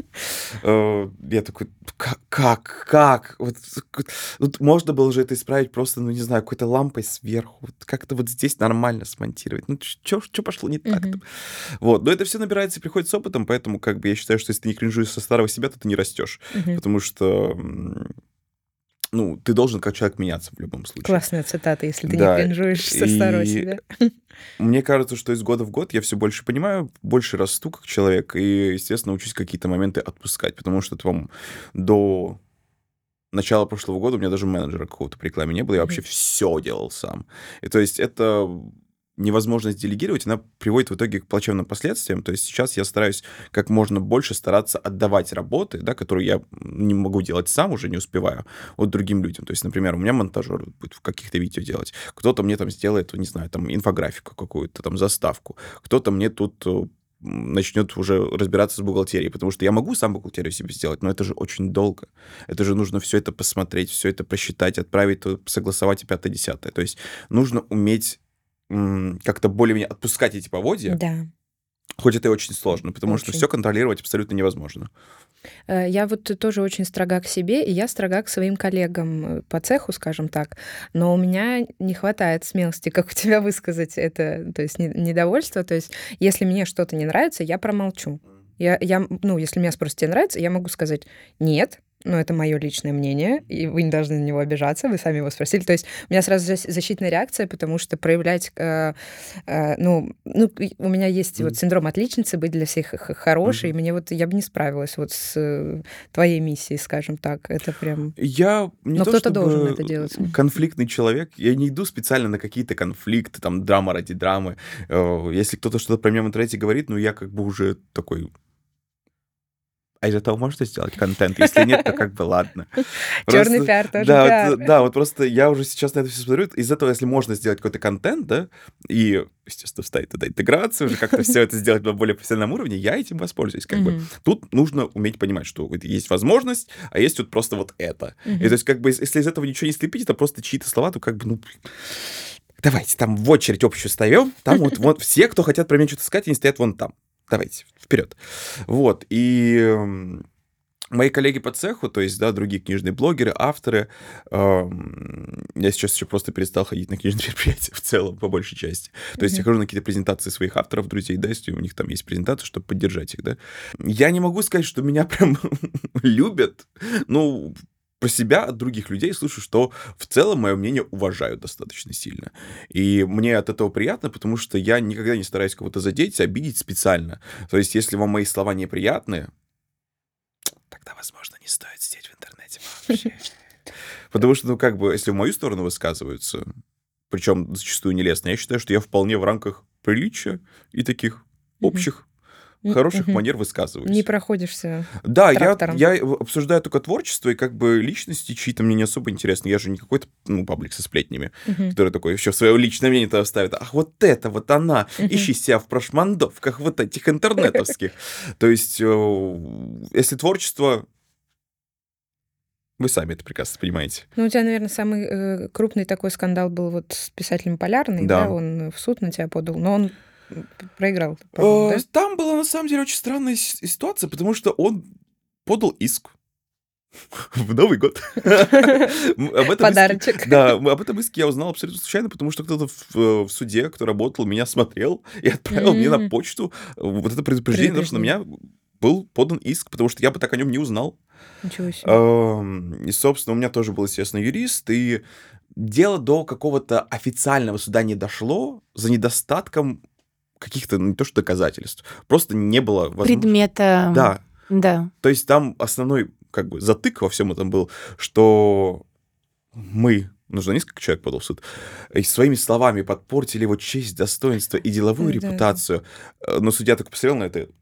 Э, Я такой, как, как, как? Вот, к- вот можно было же это исправить просто, ну, не знаю, какой-то лампой сверху. Вот как-то вот здесь нормально смонтировать. Ну, что пошло не так-то? Мгм. Вот, но это все набирается и приходит с опытом, поэтому как бы я считаю, что если ты не кринжуешь со старого себя, то ты не растешь. Мгм. Потому что, м, ну, ты должен как человек меняться в любом случае. Классная цитата, если ты не Да, кринжуешь со старого и себя. мне кажется, что из года в год я все больше понимаю, больше расту как человек и, естественно, учусь какие-то моменты отпускать, потому что там до начала прошлого года у меня даже менеджера какого-то при рекламе не было, я вообще Мгм. все делал сам. И то есть это невозможность делегировать, она приводит в итоге к плачевным последствиям. То есть сейчас я стараюсь как можно больше стараться отдавать работы, да, которые я не могу делать сам, уже не успеваю, вот другим людям. То есть, например, у меня монтажер будет в каких-то видео делать, кто-то мне там сделает, не знаю, там инфографику какую-то, там заставку, кто-то мне тут э, м, начнет уже разбираться с бухгалтерией, потому что я могу сам бухгалтерию себе сделать, но это же очень долго. Это же нужно все это посмотреть, все это посчитать, отправить, то согласовать и пятое-десятое. То есть нужно уметь м, как-то более-менее отпускать эти поводья, Да, хоть это и очень сложно, потому что все очень. контролировать абсолютно невозможно. Э, Я вот тоже очень строга к себе, и я строга к своим коллегам э, по цеху, скажем так. Но у меня не хватает смелости, как у тебя, высказать это, то есть не- недовольство. То есть если мне что-то не нравится, я промолчу. Я, я, м, ну, если меня спросят, тебе нравится, я могу сказать нет, но это мое личное мнение, и вы не должны на него обижаться, вы сами его спросили. То есть у меня сразу зас- защитная реакция, потому что проявлять, э, э, ну, ну, и у меня есть вот Мгм. синдром отличницы, быть для всех х- хорошей, и Мгм. мне вот, я бы не справилась вот с э, твоей миссией, скажем так. Это прям... Я не Но то кто-то должен чтобы это делать. конфликтный человек, я не иду специально на какие-то конфликты, там, драма ради драмы. Э, Если кто-то что-то про меня в интернете говорит, ну, я как бы уже такой, а из этого можно сделать контент? Если нет, то как бы ладно. Черный Просто, пиар тоже да, вот, пиар. э, да, вот просто я уже сейчас на это все смотрю. Из этого, если можно сделать какой-то контент, да, и, естественно, вставить туда интеграцию, уже как-то все это сделать на более профессиональном уровне, я этим воспользуюсь. Как бы Мгм. тут нужно уметь понимать, что вот есть возможность, а есть вот просто вот это. И то Мгм. есть, как бы, если из этого ничего не слепить, это просто чьи-то слова, то как бы, ну, давайте там в очередь общую ставим, там вот, вот все, кто хотят про меня что-то сказать, они стоят вон там. Давайте, вперед. Вот, и м, мои коллеги по цеху, то есть, да, другие книжные блогеры, авторы, эм, я сейчас еще просто перестал ходить на книжные мероприятия в целом, по большей части. То есть я Мгм. хожу на какие-то презентации своих авторов, друзей, да, если у них там есть презентации, чтобы поддержать их, да. Я не могу сказать, что меня прям любят, ну, про себя от других людей слышу, что в целом мое мнение уважают достаточно сильно. И мне от этого приятно, потому что я никогда не стараюсь кого-то задеть, обидеть специально. То есть если вам мои слова неприятны, тогда, возможно, не стоит сидеть в интернете вообще. Потому что, ну, как бы, если в мою сторону высказываются, причем зачастую нелестно, я считаю, что я вполне в рамках приличия и таких общих хороших Мгм. манер Не высказываюсь. проходишься Да, я, трактором. я обсуждаю только творчество, и как бы личности чьи-то мне не особо интересны. Я же не какой-то, ну, паблик со сплетнями, Мгм. который такой еще свое личное мнение туда ставит. Ах, вот это вот она, Мгм. ищи себя в прошмандовках вот этих интернетовских. То есть, э, если творчество, вы сами это прекрасно понимаете. Ну, у тебя, наверное, самый э, крупный такой скандал был вот с писателем Полярный, да, Да. он в суд на тебя подал, но он м, проиграл, Э, по-моему, да? Там была на самом деле очень странная с- ситуация, потому что он подал иск в Новый год. М, об этом иске- Подарочек. Да, м, об этом иске я узнал абсолютно случайно, потому что кто-то в, э, в суде, кто работал, меня смотрел и отправил мне на М. почту э, вот это предупреждение, потому что на меня был подан иск, потому что я бы так о нем не узнал. Ничего себе. Ам, И, собственно, у меня тоже был, естественно, юрист, и дело до какого-то официального суда не дошло за недостатком каких-то, ну, не то что доказательств, просто не было возможности. Предмета. Да, Да. то есть там основной как бы затык во всем этом был, что мы, нужно несколько человек подал в суд, и своими словами подпортили его честь, достоинство и деловую Ой, да, да. репутацию. Э, Но судья только посмотрел на это,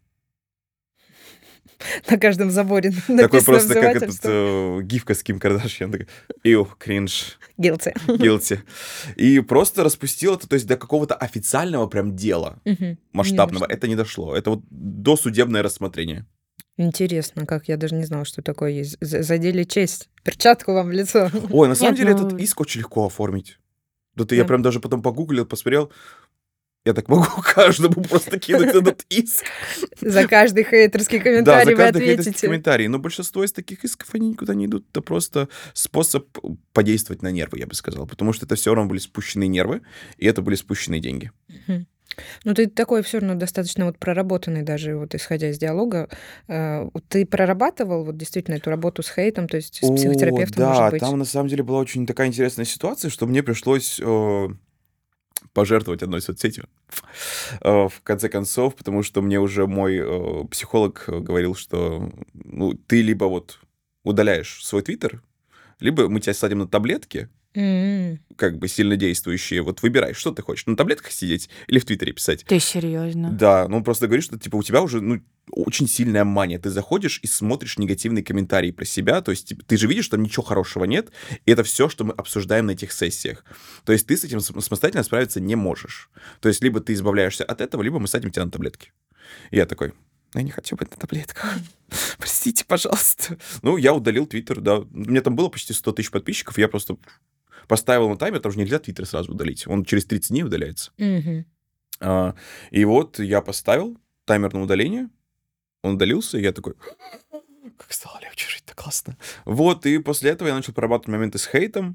На каждом заборе такой написано просто как этот обзывательство. э, гифка с Ким Кардашьян, такой, ию, кринж, Guilty. guilty. И просто распустил это, то есть до какого-то официального прям дела Мгм. Не масштабного дошло. это не дошло. Это вот досудебное рассмотрение. Интересно, как я даже не знала, что такое есть. За- Задели честь. Перчатку вам в лицо. Ой, на самом Нет, деле ну- этот иск очень легко оформить. Да ты, я Да. прям даже потом погуглил, посмотрел. Я так могу каждому просто кинуть этот иск. За каждый хейтерский Да, комментарий за вы каждый хейтерский ответите. комментарий. Но большинство из таких исков, они никуда не идут. Это просто способ подействовать на нервы, я бы сказал. Потому что это все равно были спущенные нервы, и это были спущенные деньги. Мгм. Ну, ты такой все равно достаточно вот проработанный даже, вот исходя из диалога. Э, вот Ты прорабатывал вот действительно эту работу с хейтом, то есть с О, психотерапевтом, может да, быть? там на самом деле была очень такая интересная ситуация, что мне пришлось э, пожертвовать одной соцсетью. Э, В конце концов, потому что мне уже мой э, психолог э, говорил, что ну, ты либо вот удаляешь свой твиттер, либо мы тебя садим на таблетки, М. как бы сильно действующие. Вот выбирай, что ты хочешь, на таблетках сидеть или в твиттере писать. Ты серьезно? Да, ну он просто говорит, что типа у тебя уже ну, очень сильная мания. Ты заходишь и смотришь негативные комментарии про себя. То есть типа, ты же видишь, что там ничего хорошего нет. И это все, что мы обсуждаем на этих сессиях. То есть ты с этим сам- самостоятельно справиться не можешь. То есть либо ты избавляешься от этого, либо мы садим тебя на таблетки. И я такой, я не хочу быть на таблетках. Простите, пожалуйста. Ну, я удалил твиттер, да. У меня там было почти сто тысяч подписчиков, я просто поставил на таймер, там же нельзя твиттер сразу удалить. Он через тридцать дней удаляется. Мгм. А, и вот я поставил таймер на удаление, он удалился, и я такой, как стало легче жить, так классно. Вот, и после этого я начал прорабатывать моменты с хейтом.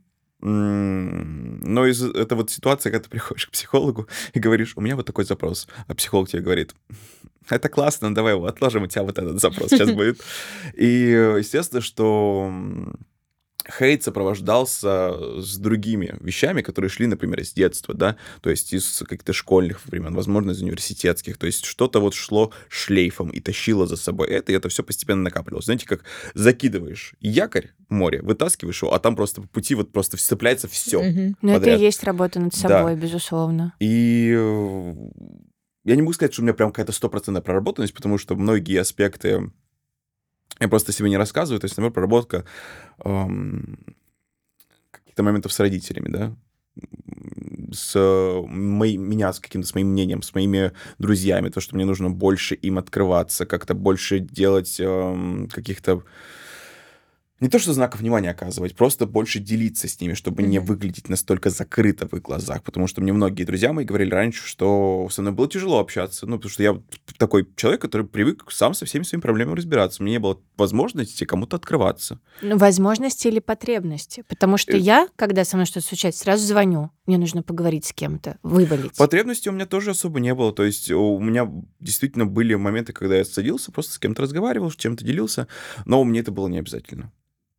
М, Но из это вот ситуация, когда ты приходишь к психологу и говоришь, у меня вот такой запрос, а психолог тебе говорит, это классно, давай его отложим, у тебя вот этот запрос сейчас будет. И э, естественно, что м, хейт сопровождался с другими вещами, которые шли, например, из детства, да, то есть из каких-то школьных времен, возможно, из университетских, то есть что-то вот шло шлейфом и тащило за собой это, и это все постепенно накапливалось. Знаете, как закидываешь якорь в море, вытаскиваешь его, а там просто по пути вот просто вцепляется все Мгм. Ну, это и подряд. есть работа над Да. собой, безусловно. И э, я не могу сказать, что у меня прям какая-то стопроцентная проработанность, потому что многие аспекты я просто себе не рассказываю. То есть, например, проработка эм, каких-то моментов с родителями, да, м, с мои- меня, с каким-то с моим мнением, с моими друзьями, то, что мне нужно больше им открываться, как-то больше делать эм, каких-то не то, что знаков внимания оказывать, просто больше делиться с ними, чтобы не Мгм. выглядеть настолько закрыто в их глазах. Потому что мне многие друзья мои говорили раньше, что со мной было тяжело общаться. Ну, потому что я вот такой человек, который привык сам со всеми своими проблемами разбираться. У меня не было возможности кому-то открываться. Ну, возможности или потребности. Потому что Э. я, когда со мной что-то случается, сразу звоню. Мне нужно поговорить с кем-то, вывалить. Потребностей у меня тоже особо не было. То есть у меня действительно были моменты, когда я садился, просто с кем-то разговаривал, чем-то делился, но мне это было не обязательно.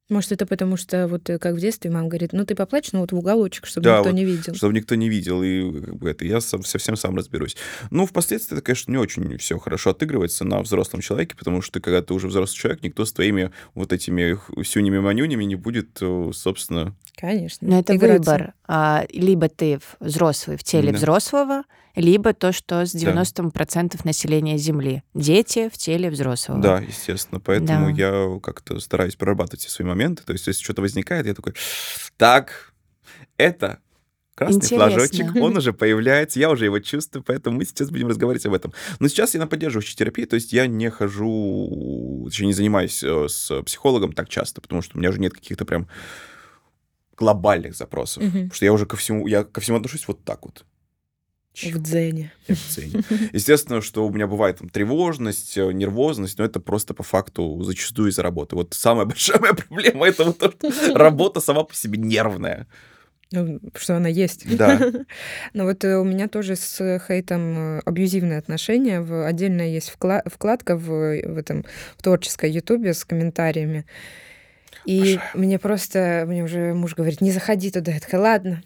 Может, это потому что вот э, как в детстве мама говорит, ну ты поплачь, ну вот в уголочек, чтобы Да, никто вот, не видел. чтобы никто не видел, и как бы это я сам, совсем сам разберусь. Ну, впоследствии это, конечно, не очень все хорошо отыгрывается на взрослом человеке, потому что когда ты уже взрослый человек, никто с твоими вот этими сюнями-манюнями не будет, э, собственно... Конечно. Но это играться. выбор. А, Либо ты в- взрослый в теле Да. взрослого, либо то, что с Да. девяносто процентов населения Земли. Дети в теле взрослого. Да, естественно. Поэтому Да. я как-то стараюсь прорабатывать все свои моменты. То есть, если что-то возникает, я такой, так, это красный флажочек, Интересно. он уже появляется, я уже его чувствую, поэтому мы сейчас будем разговаривать об этом. Но сейчас я на поддерживающей терапии, то есть я не хожу, точнее, не занимаюсь э, с психологом так часто, потому что у меня уже нет каких-то прям глобальных запросов. Мгм. Потому что я уже ко всему, я ко всему отношусь вот так вот. В дзене. Я в цене. Естественно, что у меня бывает там тревожность, э, нервозность, но это просто по факту зачастую из-за работы. Вот самая большая моя проблема — это вот то, что работа сама по себе нервная. Ну, что она есть. Да. Но вот э, у меня тоже с хейтом э, абьюзивные отношения. В, отдельно есть вкла- вкладка в, в этом в творческой Ютубе с комментариями. И Обожаю. мне просто, мне уже муж говорит, не заходи туда. Я такая, ладно.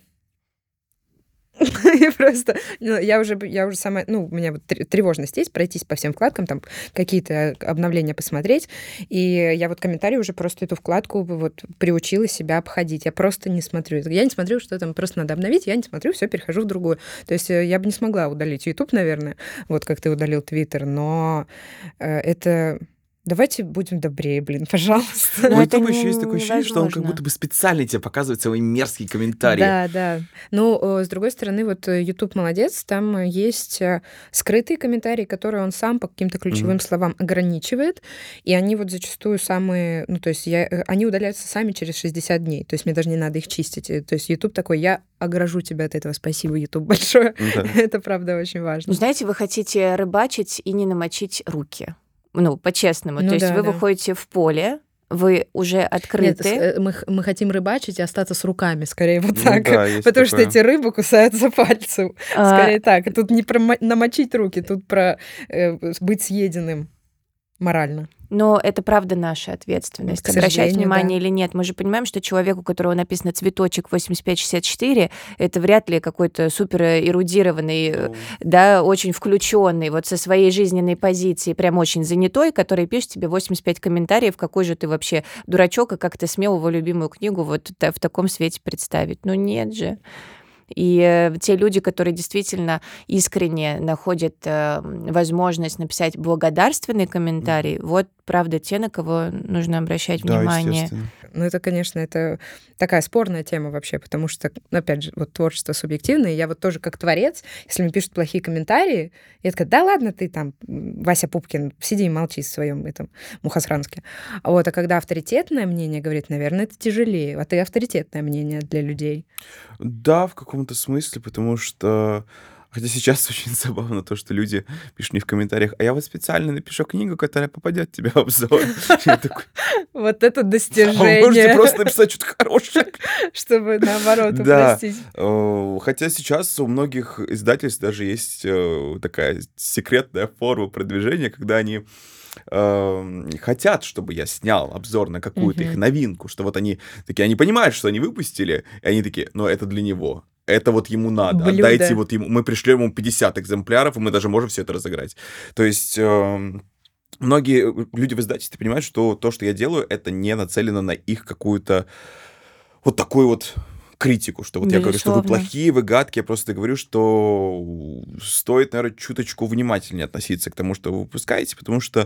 Я просто, ну, я уже, б- я уже сама, ну, у меня вот тр- тревожность есть, пройтись по всем вкладкам, там какие-то обновления посмотреть, и я вот комментарии уже просто эту вкладку вот приучила себя обходить. Я просто не смотрю. Я не смотрю, что там просто надо обновить, я не смотрю, все, перехожу в другую. То есть э, я бы не смогла удалить YouTube, наверное, вот как ты удалил Twitter, но э, это... Давайте будем добрее, блин, пожалуйста. Но У это Ютуба еще есть такое не- ощущение, что он как невозможно. будто бы специально тебе показывает свои мерзкие комментарии. Да, да. Ну, э, с другой стороны, вот э, YouTube молодец, там э, есть э, скрытые комментарии, которые он сам по каким-то ключевым Мгм. словам ограничивает, и они вот зачастую самые, ну, то есть я, э, они удаляются сами через шестьдесят дней, то есть мне даже не надо их чистить. Э, То есть YouTube такой, я огражу тебя от этого, спасибо, YouTube, большое. Да. Это правда очень Ну, важно. знаете, вы хотите рыбачить и не намочить руки. Ну, по-честному. Ну То есть да, вы да. выходите в поле, вы уже Нет, с- открыты. э, мы, х- мы хотим рыбачить и остаться с руками, скорее вот Ну так. да, есть Потому что такое. эти рыбы кусаются пальцем. А, Скорее так. И тут не про мо- намочить руки, тут про э, быть съеденным морально. Но это правда наша ответственность. К Обращать сожалению, внимание да. или нет. Мы же понимаем, что человек, у которого написано цветочек восемьдесят пять шестьдесят четыре, это вряд ли какой-то супер эрудированный, э, Ну, да, очень включенный, вот со своей жизненной позиции, прям очень занятой, который пишет тебе восемьдесят пять комментариев, какой же ты вообще дурачок, и как ты смел его любимую книгу вот та- в таком свете представить. Ну нет же. И э, те люди, которые действительно искренне находят э, возможность написать благодарственный мгм. комментарий, вот, правда, те, на кого нужно обращать Да, внимание. естественно. Ну, это, конечно, это такая спорная тема вообще, потому что, ну, опять же, вот творчество субъективное. Я вот тоже как творец, если мне пишут плохие комментарии, я такая, да ладно ты там, м, Вася Пупкин, сиди и молчи в своем этом Мухосранске. А Вот, а когда авторитетное мнение говорит, наверное, это тяжелее. А ты авторитетное мнение для людей. Да, в каком-то смысле, потому что... Хотя сейчас очень забавно то, что люди пишут мне в комментариях, а я вот специально напишу книгу, которая попадет тебе в обзор. Я такой, Вот это а вы можете достижение, просто написать что-то хорошее. чтобы наоборот Да. упростить. Э, Хотя сейчас у многих издательств даже есть э, такая секретная форма продвижения, когда они эм, хотят, чтобы я снял обзор на какую-то их Мгм. новинку, что вот они такие, они понимают, что они выпустили, и они такие, но это для него. Это вот ему надо. Отдайте Блюдо. вот ему. Мы пришлем ему пятьдесят экземпляров, и мы даже можем все это разыграть. То есть эм, многие э, люди в издательстве понимают, что то, что я делаю, это не нацелено на их какую-то вот такую вот критику, что вот я говорю, что вы Безусловно. плохие, вы гадкие, я просто говорю, что стоит, наверное, чуточку внимательнее относиться к тому, что вы выпускаете, потому что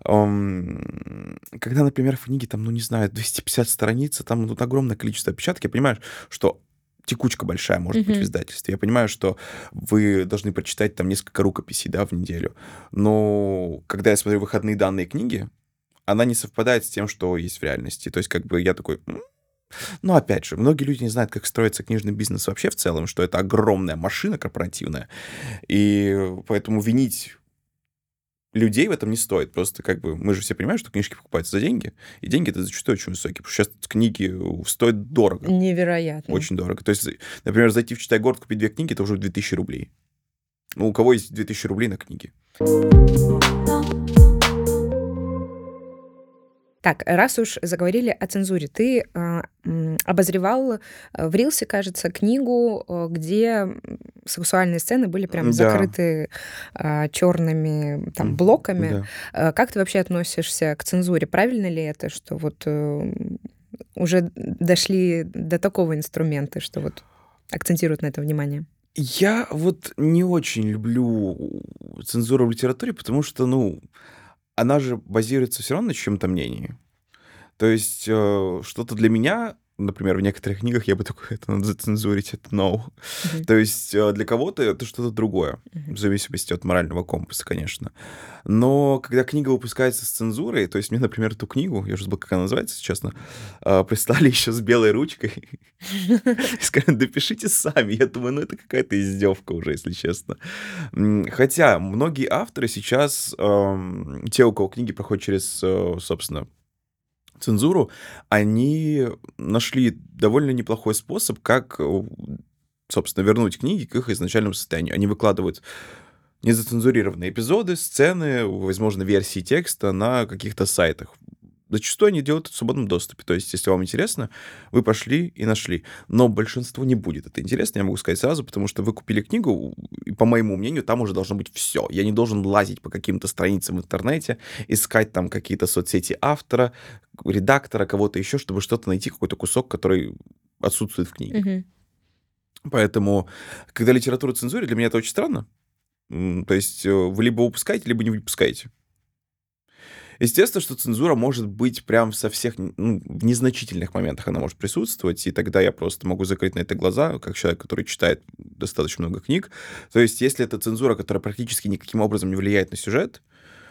эм, когда, например, в книге там, ну, не знаю, двести пятьдесят страниц, там ну, огромное количество опечаток, я понимаю, что текучка большая может быть в Мгм. издательстве. Я понимаю, что вы должны прочитать там несколько рукописей, да, в неделю. Но когда я смотрю выходные данные книги, она не совпадает с тем, что есть в реальности. То есть как бы я такой... «М». Ну, опять же, многие люди не знают, как строится книжный бизнес вообще в целом, что это огромная машина корпоративная. И поэтому винить людей в этом не стоит. Просто как бы мы же все понимаем, что книжки покупаются за деньги, и деньги это зачастую очень высокие, потому что сейчас книги стоят дорого, Невероятно. очень дорого. То есть, например, зайти в Читай город, купить две книги, это уже две тысячи рублей. Ну, у кого есть две тысячи рублей на книги? Так, раз уж заговорили о цензуре, ты а, м, обозревал э, в Рилсе, кажется, книгу, э, где м, сексуальные сцены были прям М, Да, закрыты черными там м, блоками. да. Э, Как ты вообще относишься к цензуре? Правильно ли это, что вот э, уже дошли до такого инструмента, что вот акцентируют на это внимание? Я вот не очень люблю цензуру в литературе, потому что, ну, она же базируется все равно на чьем-то мнении. То есть э, что-то для меня, например, в некоторых книгах я бы такой, это надо зацензурить, это no. Мгм, То есть э, для кого-то это что-то другое, мгм. в зависимости от морального компаса, конечно. Но когда книга выпускается с цензурой, то есть мне, например, эту книгу, я уже забыл, как она называется, честно, э, прислали еще с белой ручкой и сказали, допишите сами. Я думаю, ну это какая-то издевка уже, если честно. М, Хотя многие авторы сейчас, эм, те, у кого книги проходят через, э, собственно, цензуру, они нашли довольно неплохой способ, как, э, собственно, вернуть книги к их изначальному состоянию. Они выкладывают незацензурированные эпизоды, сцены, возможно, версии текста на каких-то сайтах. Зачастую они делают это в свободном доступе. То есть, если вам интересно, вы пошли и нашли. Но большинству не будет это интересно, я могу сказать сразу, потому что вы купили книгу, и, по моему мнению, там уже должно быть все. Я не должен лазить по каким-то страницам в интернете, искать там какие-то соцсети автора, редактора, кого-то еще, чтобы что-то найти, какой-то кусок, который отсутствует в книге. Мгм. Поэтому, когда литературу цензурят, для меня это очень странно. М, То есть э, вы либо выпускаете, либо не выпускаете. Естественно, что цензура может быть прям со всех, н- ну, в незначительных моментах она может присутствовать, и тогда я просто могу закрыть на это глаза, как человек, который читает достаточно много книг. То есть, если это цензура, которая практически никаким образом не влияет на сюжет,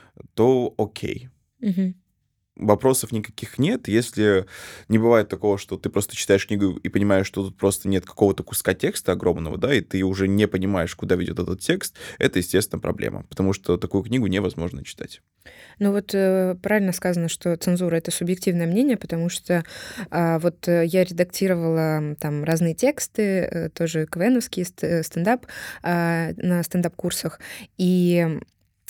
то окей. Мгм. Вопросов никаких нет. Если не бывает такого, что ты просто читаешь книгу и понимаешь, что тут просто нет какого-то куска текста огромного, да, и ты уже не понимаешь, куда ведет этот текст, это, естественно, проблема, потому что такую книгу невозможно читать. Ну вот э, правильно сказано, что цензура — это субъективное мнение, потому что а, вот э, я редактировала м, там разные тексты, э, тоже КВНовский ст- э, стендап а, на стендап-курсах, и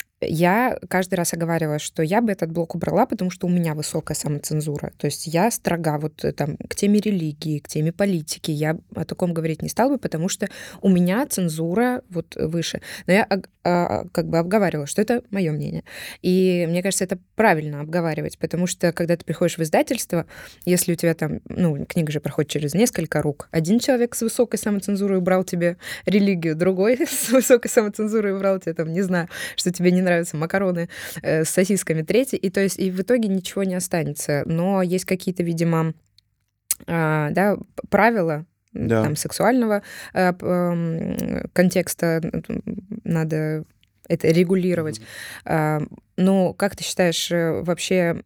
я каждый раз оговаривала, что я бы этот блок убрала, потому что у меня высокая самоцензура. То есть я строга вот э, там к теме религии, к теме политики. Я о таком говорить не стала бы, потому что у меня цензура вот выше. Но я ог- а, как бы обговаривала, что это мое мнение. И мне кажется, это правильно обговаривать, потому что когда ты приходишь в издательство, если у тебя там, ну, книга же проходит через несколько рук, один человек с высокой самоцензурой убрал тебе религию, другой с высокой самоцензурой убрал тебе там, не знаю, что тебе не нравятся макароны э, с сосисками, третий, и то есть и в итоге ничего не останется. Но есть какие-то, видимо, а, да, п- правила м, Да. там сексуального э, п- м, контекста м, надо это регулировать. Мгм. А, Ну, как ты считаешь, э, вообще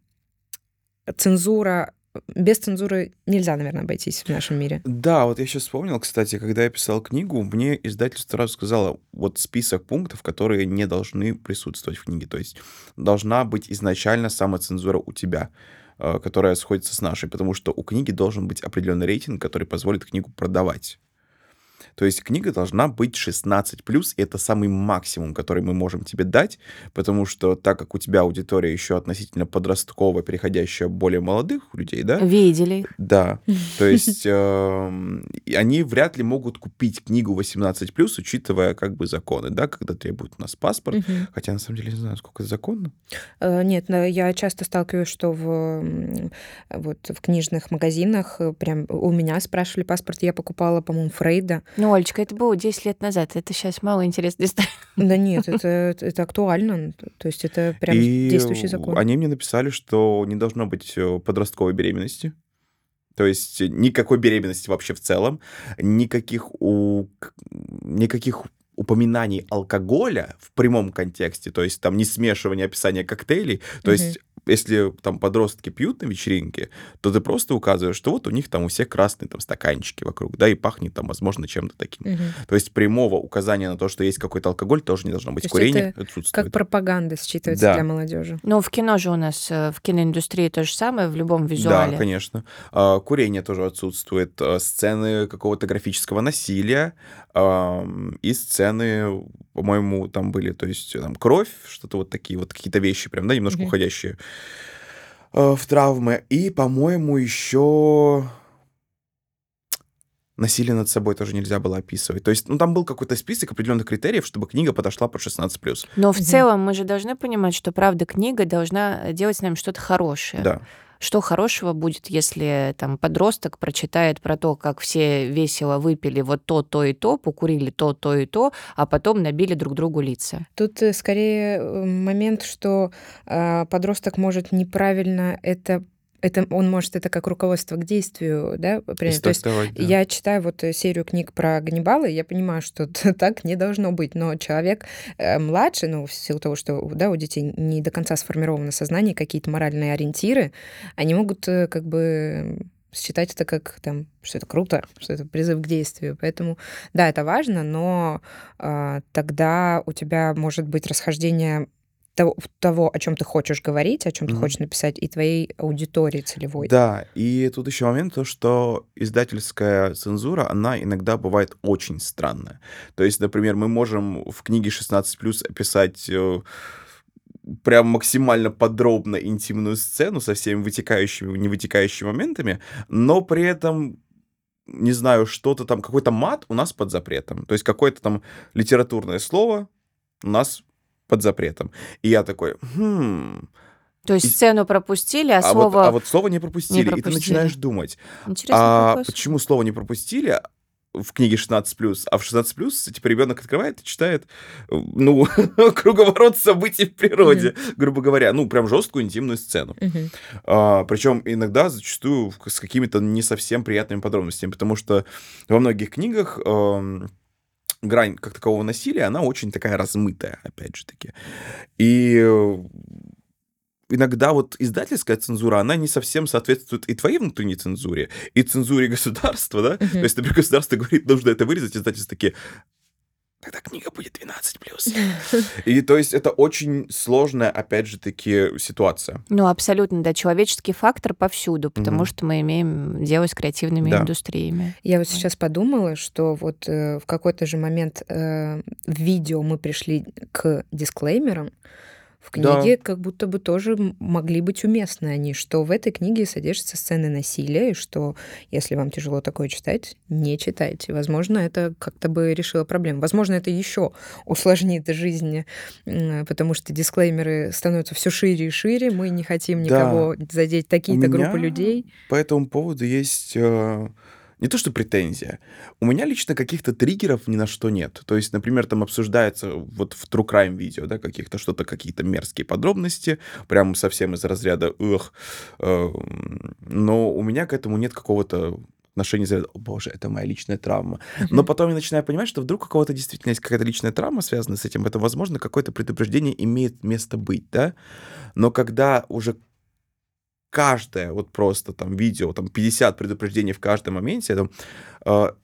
цензура, без цензуры нельзя, наверное, обойтись в нашем мире? Да, вот я сейчас вспомнил, кстати, когда я писал книгу, мне издательство сразу сказало вот список пунктов, которые не должны присутствовать в книге. То есть должна быть изначально самоцензура у тебя, э, которая сходится с нашей, потому что у книги должен быть определенный рейтинг, который позволит книгу продавать. То есть книга должна быть шестнадцать плюс, и это самый максимум, который мы можем тебе дать, потому что так как у тебя аудитория еще относительно подростковая, переходящая в более молодых людей, да, Видели их. да, то есть эм, и они вряд ли могут купить книгу восемнадцать плюс, учитывая как бы законы, да, когда требуют у нас паспорт, Мгм. хотя на самом деле не знаю, сколько это законно. Э, Нет, но я часто сталкиваюсь, что в, м, вот, в книжных магазинах э, прям у меня спрашивали паспорт, я покупала, по-моему, Фрейда. Ну, Олечка, это было десять лет назад. Это сейчас мало интересно стало. Да нет, это, это это актуально, то есть это прям И действующий э, закон. они мне написали, что не должно быть э, подростковой беременности. То есть никакой беременности вообще в целом, никаких, у... к- никаких упоминаний алкоголя в прямом контексте, то есть там не смешивание описания коктейлей. То Мгм. есть если там подростки пьют на вечеринке, то ты просто указываешь, что вот у них там у всех красные там стаканчики вокруг, да, и пахнет там, возможно, чем-то таким. Мгм. То есть прямого указания на то, что есть какой-то алкоголь, тоже не должно быть. То есть Курение это как отсутствует. пропаганда считывается для Да. молодежи. Ну, в кино же у нас, э, в киноиндустрии то же самое, в любом Да, визуале. конечно. А, Курение тоже отсутствует. а, Сцены какого-то графического насилия ам, и сцены, по-моему, там были, то есть там кровь, что-то вот такие вот какие-то вещи прям, да, немножко Мгм. уходящие э, в травмы. И, по-моему, еще насилие над собой тоже нельзя было описывать. То есть, ну, там был какой-то список определенных критериев, чтобы книга подошла под шестнадцать плюс. Но в Мгм. целом мы же должны понимать, что, правда, книга должна делать с нами что-то хорошее. Да. Что хорошего будет, если там подросток прочитает про то, как все весело выпили вот то, то и то, покурили то, то и то, а потом набили друг другу лица? Тут э, скорее э, момент, что а, подросток может неправильно это, это, он может это как руководство к действию, да, принять. То есть Истолковать, да. я читаю вот э, серию книг про Ганнибала, и я понимаю, что т- так не должно быть, но человек э, младший, ну, в силу того, что, да, у детей не до конца сформировано сознание, какие-то моральные ориентиры, они могут э, как бы считать это как там, что это круто, что это призыв к действию. Поэтому, да, это важно, но а, тогда у тебя может быть расхождение того, того, о чем ты хочешь говорить, о чем ты Мгм. хочешь написать, и твоей аудитории целевой. Да, и тут еще момент, то, что издательская цензура, она иногда бывает очень странная. То есть, например, мы можем в книге шестнадцать плюс описать э, прям максимально подробно интимную сцену со всеми вытекающими и не вытекающими моментами, но при этом, не знаю, что-то там, какой-то мат у нас под запретом. То есть какое-то там литературное слово у нас под запретом. И я такой, хм... То есть И- сцену пропустили, а, А вот, а слово вот слово не пропустили, и ты пропустили. начинаешь думать, Интересный а вопрос. почему слово не пропустили в книге шестнадцать плюс, а в шестнадцать плюс, типа, ребенок открывает и читает, э, ну, круговорот событий в природе, грубо говоря, ну, прям жесткую интимную сцену. Мгм. А, причем иногда зачастую в- с какими-то не совсем приятными подробностями, потому что во многих книгах эм, грань как такового насилия, она очень такая размытая, опять же таки. И э, иногда вот издательская цензура, она не совсем соответствует и твоей внутренней цензуре, и цензуре государства, да? То Мгм. есть, например, государство говорит, нужно это вырезать, издательство такие, тогда книга будет двенадцать плюс. И то есть это очень сложная, опять же таки, ситуация. Ну, абсолютно, да, человеческий фактор повсюду, потому Мгм. что мы имеем дело с креативными Да. индустриями. Я вот Вот. сейчас подумала, что вот э, в какой-то же момент э, в видео мы пришли к дисклеймерам. В Да. книге как будто бы тоже м- могли быть уместны они, что в этой книге содержатся сцены насилия, и что если вам тяжело такое читать, не читайте. Возможно, это как-то бы решило проблему. Возможно, это еще усложнит жизнь, м, потому что дисклеймеры становятся все шире и шире. Мы не хотим Да. никого задеть, У такие-то группы меня людей. по этому поводу есть э, не то что претензия, у меня лично каких-то триггеров ни на что нет. То есть, например, там обсуждается вот в true crime видео, да, каких-то что-то, какие-то мерзкие подробности, прям совсем из разряда «эх». эм, Но у меня к этому нет какого-то отношения, из разряда, о боже, это моя личная травма. Но Мгм. потом я начинаю понимать, что вдруг у кого-то действительно есть какая-то личная травма, связанная с этим. Это, возможно, какое-то предупреждение имеет место быть, да? Но когда уже каждое вот просто там видео, там пятьдесят предупреждений в каждом моменте, там, а,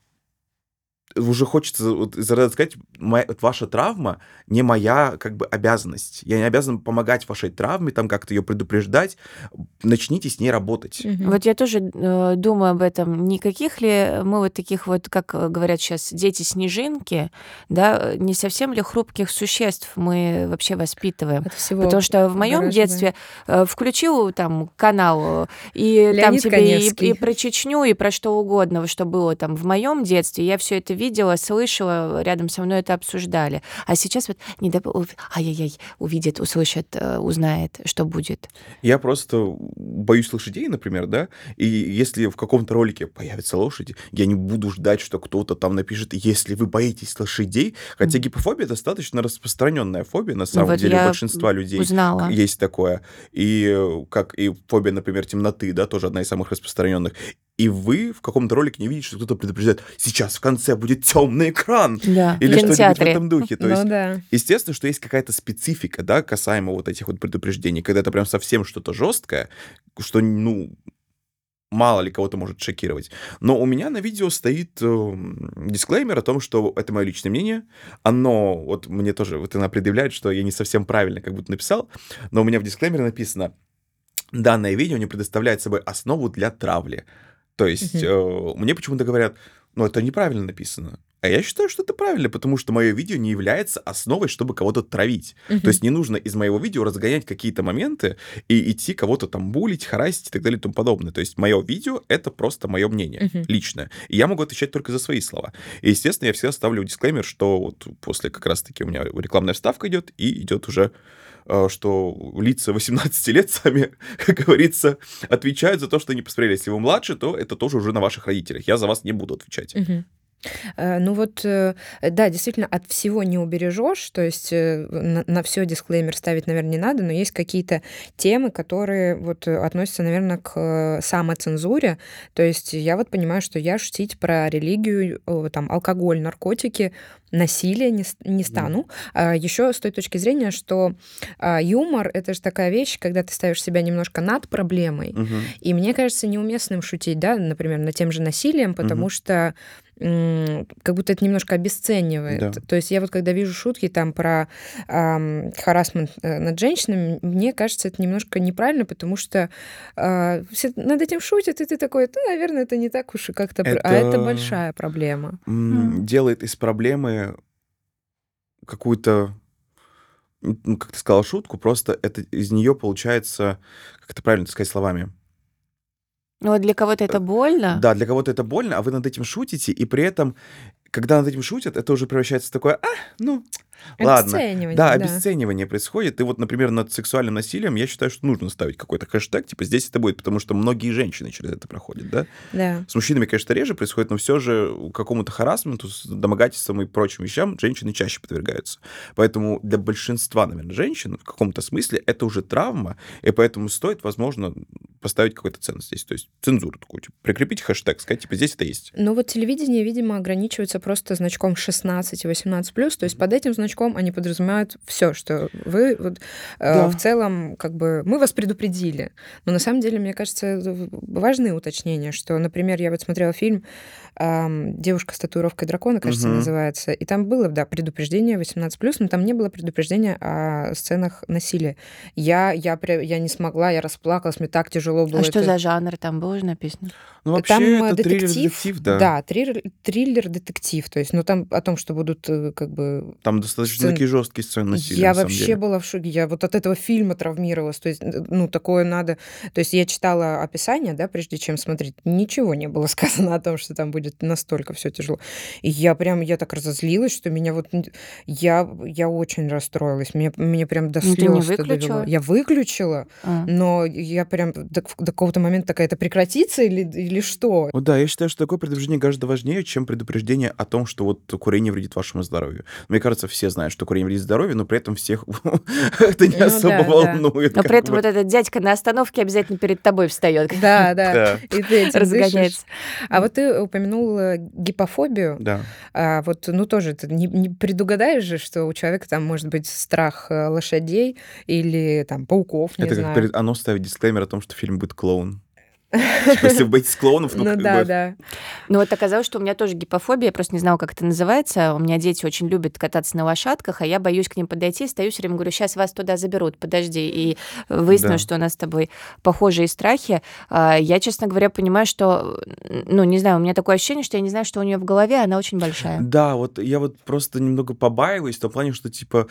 уже хочется вот из разряда сказать, моя, вот ваша травма не моя как бы обязанность. Я не обязан помогать вашей травме, там как-то ее предупреждать. Начните с ней работать. Мгм. Вот я тоже э, думаю об этом. Никаких ли мы вот таких вот, как э, говорят сейчас, дети-снежинки, да, не совсем ли хрупких существ мы вообще воспитываем? От всего Потому что в моем огораживаем. детстве э, включил там канал, э, и там Леонид тебе и, Каневский. и про Чечню, и про что угодно, что было там в моем детстве. Я все это видела, слышала, рядом со мной это обсуждали. А сейчас вот, не доп... ув- ай-яй-яй, увидит, услышит, э, узнает, что будет. Я просто боюсь лошадей, например, да, и если в каком-то ролике появятся лошади, я не буду ждать, что кто-то там напишет, если вы боитесь лошадей, хотя Мгм. гипофобия достаточно распространенная фобия, на Ну самом вот деле, у я большинства людей узнала. есть такое, и э, как и фобия, например, темноты, да, тоже одна из самых распространенных. И вы в каком-то ролике не видите, что кто-то предупреждает, сейчас в конце будет темный экран, Да, в или что-нибудь в кинотеатре. этом духе. То Ну есть да. естественно, что есть какая-то специфика, да, касаемо вот этих вот предупреждений, когда это прям совсем что-то жесткое, что, ну, мало ли кого-то может шокировать. Но у меня на видео стоит э, дисклеймер о том, что это мое личное мнение. Оно, вот мне тоже, вот она предъявляет, что я не совсем правильно как будто написал, но у меня в дисклеймере написано, данное видео не предоставляет собой основу для травли. То есть Мгм. э, мне почему-то говорят, ну, это неправильно написано. А я считаю, что это правильно, потому что мое видео не является основой, чтобы кого-то травить. Мгм. То есть не нужно из моего видео разгонять какие-то моменты и идти кого-то там булить, харасить и так далее и тому подобное. То есть мое видео — это просто мое мнение Мгм. личное. И я могу отвечать только за свои слова. И, естественно, я всегда ставлю дисклеймер, что вот после как раз-таки у меня рекламная вставка идет, и идет уже э, что лица восемнадцати лет сами, как говорится, отвечают за то, что они посмотрели. Если вы младше, то это тоже уже на ваших родителях. Я за вас не буду отвечать. Мгм. Э, Ну вот, э, да, действительно, от всего не убережешь, то есть э, на, на все дисклеймер ставить, наверное, не надо, но есть какие-то темы, которые вот э, относятся, наверное, к э, самоцензуре. То есть я вот понимаю, что я шутить про религию, о, там, алкоголь, наркотики, насилие не, с- не Мгм. стану. Еще с той точки зрения, что а, юмор — это же такая вещь, когда ты ставишь себя немножко над проблемой, Мгм. и мне кажется неуместным шутить, да, например, над тем же насилием, потому Мгм. что м, как будто это немножко обесценивает. Да. То есть я вот когда вижу шутки там про ам, харассмент э, над женщинами, мне кажется, это немножко неправильно, потому что а, все над этим шутят, и ты такой, ну, наверное, это не так уж и как-то... пр- А это Это большая проблема. м, М. делает из проблемы какую-то, м, ну, как ты сказала, шутку, просто это из нее получается, как это правильно сказать словами? Ну, вот для кого-то это Э, больно. Да, для кого-то это больно, а вы над этим шутите, и при этом, когда над этим шутят, это уже превращается в такое, а, ну, ладно. Да, Обесценивание, да. обесценивание происходит. И вот, например, над сексуальным насилием я считаю, что нужно ставить какой-то хэштег, типа здесь это будет, потому что многие женщины через это проходят, да? Да. С мужчинами, конечно, реже происходит, но все же какому-то харассменту, с домогательствам и прочим вещам женщины чаще подвергаются. Поэтому для большинства, наверное, женщин в каком-то смысле это уже травма, и поэтому стоит, возможно, поставить какую-то ценность здесь. То есть цензуру такую, типа, прикрепить хэштег, сказать, типа, здесь это есть. Ну вот телевидение, видимо, ограничивается просто значком шестнадцать и восемнадцать плюс, то есть под этим значком они подразумевают все, что вы вот, э, Да. в целом как бы мы вас предупредили. Но на самом деле, мне кажется, это в- важные уточнения, что, например, я вот смотрела фильм ам, «Девушка с татуировкой дракона», кажется, Мгм. называется, и там было, да, предупреждение восемнадцать плюс, но там не было предупреждения о сценах насилия. Я, я, пря- я не смогла, я расплакалась, мне так тяжело было А что это. за жанр там было же написано? Ну, вообще, Там э, это детектив, триллер-детектив, да. да, триллер, триллер-детектив, то есть, ну, там о том, что будут э, как бы Там достаточно сцен- такие жесткие сцены насилия, Я на самом вообще деле. была в шоке, я вот от этого фильма травмировалась, то есть, н- ну, такое надо, то есть я читала описание, да, прежде чем смотреть, ничего не было сказано о том, что там будет настолько все тяжело, и я прям, я так разозлилась, что меня вот, н- я, я очень расстроилась, меня, меня прям до Ну, ты не слез это довело. выключила? Я выключила, А. но я прям до, до какого-то момента такая, это прекратится или, или что? Вот да, я считаю, что такое предупреждение гораздо важнее, чем предупреждение о том, что вот курение вредит вашему здоровью. Мне кажется, все знают, что курение вредит здоровью, но при этом всех это не Ну особо да, да. волнует. Но как при этом бы. вот этот дядька на остановке обязательно перед тобой встает, Да, да, Да, и ты этим дышишь. разгоняется. А вот ты упомянул э, гипофобию. да. А вот, ну, тоже ты не, не предугадаешь же, что у человека там может быть страх э, лошадей или там пауков, не Это как знаю. перед оно ставить дисклеймер о том, что фильм будет клоун. Типа, если вы боитесь клоунов, ну, Ну как да, бы... да. Ну вот оказалось, что у меня тоже гипофобия, я просто не знала, как это называется. У меня дети очень любят кататься на лошадках, а я боюсь к ним подойти, стою все время, говорю, сейчас вас туда заберут, подожди. И выяснилось, Да. что у нас с тобой похожие страхи. А, Я, честно говоря, понимаю, что, ну, не знаю, у меня такое ощущение, что я не знаю, что у нее в голове, она очень большая. Да, вот я вот просто немного побаиваюсь в том плане, что, типа,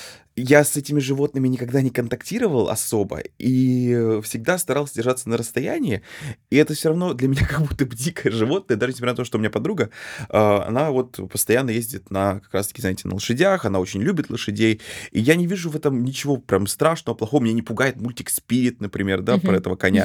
я с этими животными никогда не контактировал особо и э, всегда старался держаться на расстоянии, и это все равно для меня как будто бы дикое животное, даже несмотря на то, что у меня подруга, а, она вот постоянно ездит на, как раз-таки, знаете, на лошадях, она очень любит лошадей, и я не вижу в этом ничего прям страшного, плохого, меня не пугает мультик «Спирит», например, да, про Мгм. этого коня.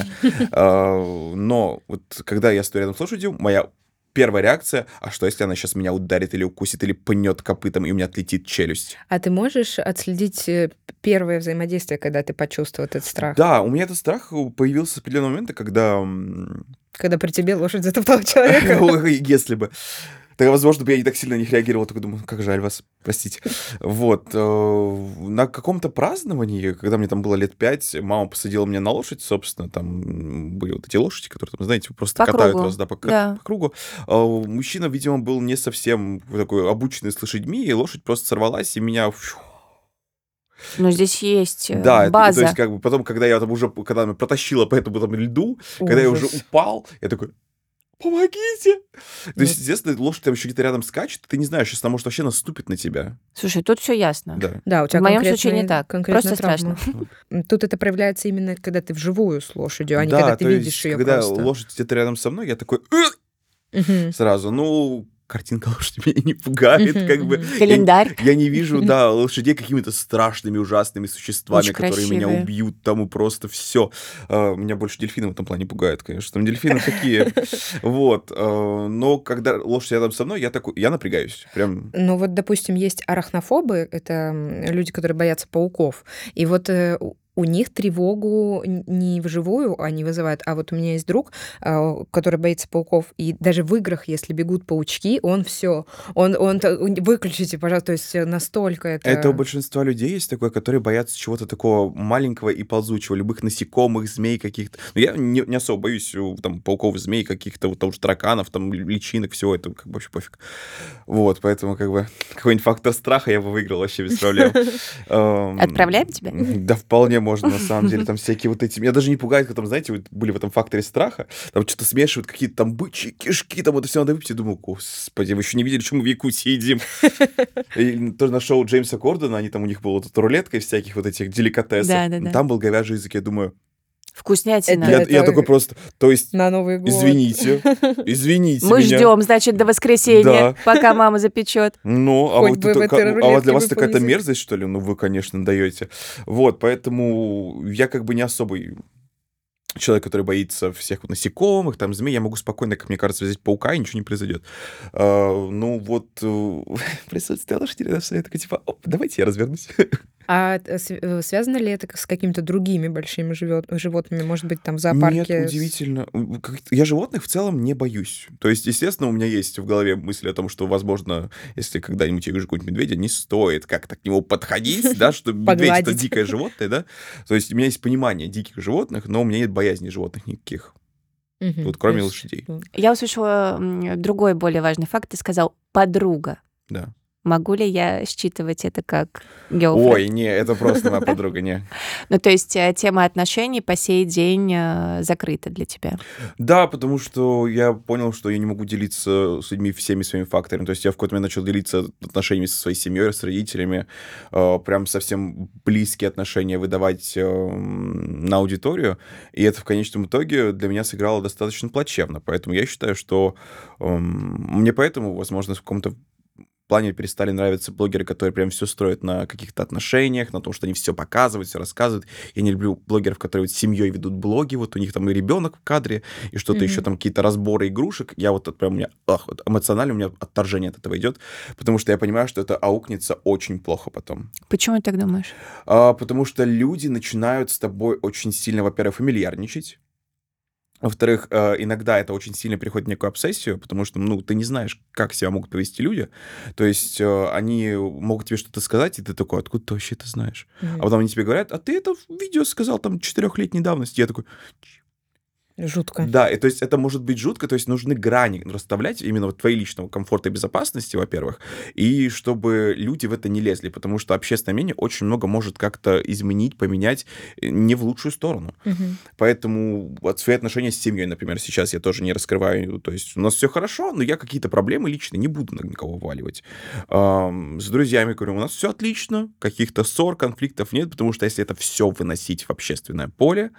А, Но вот когда я стою рядом с лошадью, моя первая реакция, а что, если она сейчас меня ударит или укусит, или пнет копытом, и у меня отлетит челюсть? А ты можешь отследить э, первое взаимодействие, когда ты почувствовал этот страх? Да, у меня этот страх появился с определенного момента, когда... м, Когда при тебе лошадь затоптала человека? ой, если бы. Тогда, возможно, бы я не так сильно на них реагировал, только думаю, как жаль вас, простите. Вот. э, На каком-то праздновании, когда мне там было лет пять, мама посадила меня на лошадь, собственно, там м, были вот эти лошади, которые, там, знаете, просто По катают кругу. вас, да, по, ка- Да. по кругу. А Мужчина, видимо, был не совсем такой обученный с лошадьми, и лошадь просто сорвалась, и меня... фью. Но здесь есть э, Да, это- и то есть, база. как бы, потом, когда я там уже, когда она меня протащила по этому там льду, когда я уже Ужас. упал, я такой, помогите. То Ну, есть, естественно, лошадь там еще где-то рядом скачет, ты не знаешь, сейчас она может вообще наступит на тебя. Слушай, тут все ясно. Да. да, у В тебя моем случае не конкретная, так. конкретная Просто травма. страшно. М, Тут это проявляется именно, когда ты вживую с лошадью, а не Да, когда ты то видишь есть, ее когда просто. лошадь где-то рядом со мной, я такой «Ugh!» Мгм. сразу. Ну, картинка лошади меня не пугает, Мгм, как бы. мгм. Я, Календарь. я не вижу, да, лошадей какими-то страшными, ужасными существами, Очень которые меня красивые. убьют, там и просто все. Меня больше дельфины в этом плане пугают, конечно. Там дельфины такие. Вот. э, Но когда лошадь рядом со мной, я такой, я напрягаюсь. Прям. Ну вот, допустим, есть арахнофобы, это м, люди, которые боятся пауков, и вот э, у у них тревогу н- не вживую они вызывают, а вот у меня есть друг, а, который боится пауков, и даже в играх, если бегут паучки, он все, он, он, та- у- выключите, пожалуйста, то есть э, настолько Это у это... большинства людей есть такое, которые боятся чего-то такого маленького и ползучего, любых насекомых, змей каких-то. Но я не, не особо боюсь у, там, пауков, змей, каких-то вот того же тараканов, там, личинок, всего этого, как бы вообще пофиг. Вот, поэтому как бы какой-нибудь фактор страха я бы выиграл вообще без проблем. Эм, Отправляем тебя? Да, вполне можно, на самом деле. Там всякие вот эти... Меня даже не пугает, когда там, знаете, вот были в этом факторе страха, там что-то смешивают, какие-то там бычьи кишки, там это все надо выпить. Я думаю, господи, вы еще не видели, что мы в Якутии едим? И тоже на шоу Джеймса Кордона, они там, у них была вот эта рулетка из всяких вот этих деликатесов. Да-да-да. Там был говяжий язык, я думаю... Вкуснятина. Это- Я, я такой просто... То есть, На Новый год. извините, извините Мы меня. ждем, значит, до воскресенья, Да. пока мама запечет. Ну, а Хоть вот бы это в ка- этой а вот для рулетке вас выпал какая-то язык. мерзость, что ли? Ну, вы, конечно, даете. Вот, поэтому я как бы не особый человек, который боится всех вот насекомых, там, змей. Я могу спокойно, как мне кажется, взять паука, и ничего не произойдет. А, ну, вот э, присутствие лошади рядом со мной, я такой, типа, оп, давайте я развернусь. А э, св- э, связано ли это с какими-то другими большими живет- животными? Может быть, там в Нет, зоопарке? с- удивительно. М, как- Я животных в целом не боюсь. То есть, естественно, у меня есть в голове мысль о том, что, возможно, если когда-нибудь я вижу какого-нибудь медведя, не стоит как-то к нему подходить, да, что медведь — это Погладить. дикое животное, да. То есть у меня есть понимание диких животных, но у меня нет боязни животных никаких. Мгм. Вот То кроме есть, лошадей. ну, Я услышала м, другой более важный факт. Ты сказал «подруга». Да. Могу ли я считывать это как girlfriend? Ой, не, это просто моя подруга, не. Ну, то есть э, тема отношений по сей день э, закрыта для тебя. Да, потому что я понял, что я не могу делиться с людьми всеми своими факторами. То есть я в какой-то момент начал делиться отношениями со своей семьей, с родителями, э, прям совсем близкие отношения выдавать э, на аудиторию. И это в конечном итоге для меня сыграло достаточно плачевно. Поэтому я считаю, что э, мне поэтому, возможно, в каком-то плане перестали нравиться блогеры, которые прям все строят на каких-то отношениях, на том, что они все показывают, все рассказывают. Я не люблю блогеров, которые вот с семьей ведут блоги, вот у них там и ребенок в кадре, и что-то еще Мгм. там какие-то разборы игрушек. Я вот это прям, у меня, ах, вот эмоционально у меня отторжение от этого идет, потому что я понимаю, что это аукнется очень плохо потом. Почему ты так думаешь? А, потому что люди начинают с тобой очень сильно, во-первых, фамильярничать. Во-вторых, э, иногда это очень сильно переходит в некую обсессию, потому что, ну, ты не знаешь, как себя могут повести люди. То есть э, они могут тебе что-то сказать, и ты такой, откуда ты вообще это знаешь? А Мгм. потом они тебе говорят, а ты это в видео сказал там четырехлетней давности. Я такой, Жутко. да, и то есть это может быть жутко, то есть нужны грани расставлять именно вот твои личного комфорта и безопасности, во-первых, и чтобы люди в это не лезли, потому что общественное мнение очень много может как-то изменить, поменять э, не в лучшую сторону. Мгм. Поэтому вот свои отношения с семьей, например, сейчас я тоже не раскрываю. То есть у нас все хорошо, но я какие-то проблемы личные не буду на никого вываливать. Ам, С друзьями говорю, у нас все отлично, каких-то ссор, конфликтов нет, потому что если это все выносить в общественное поле,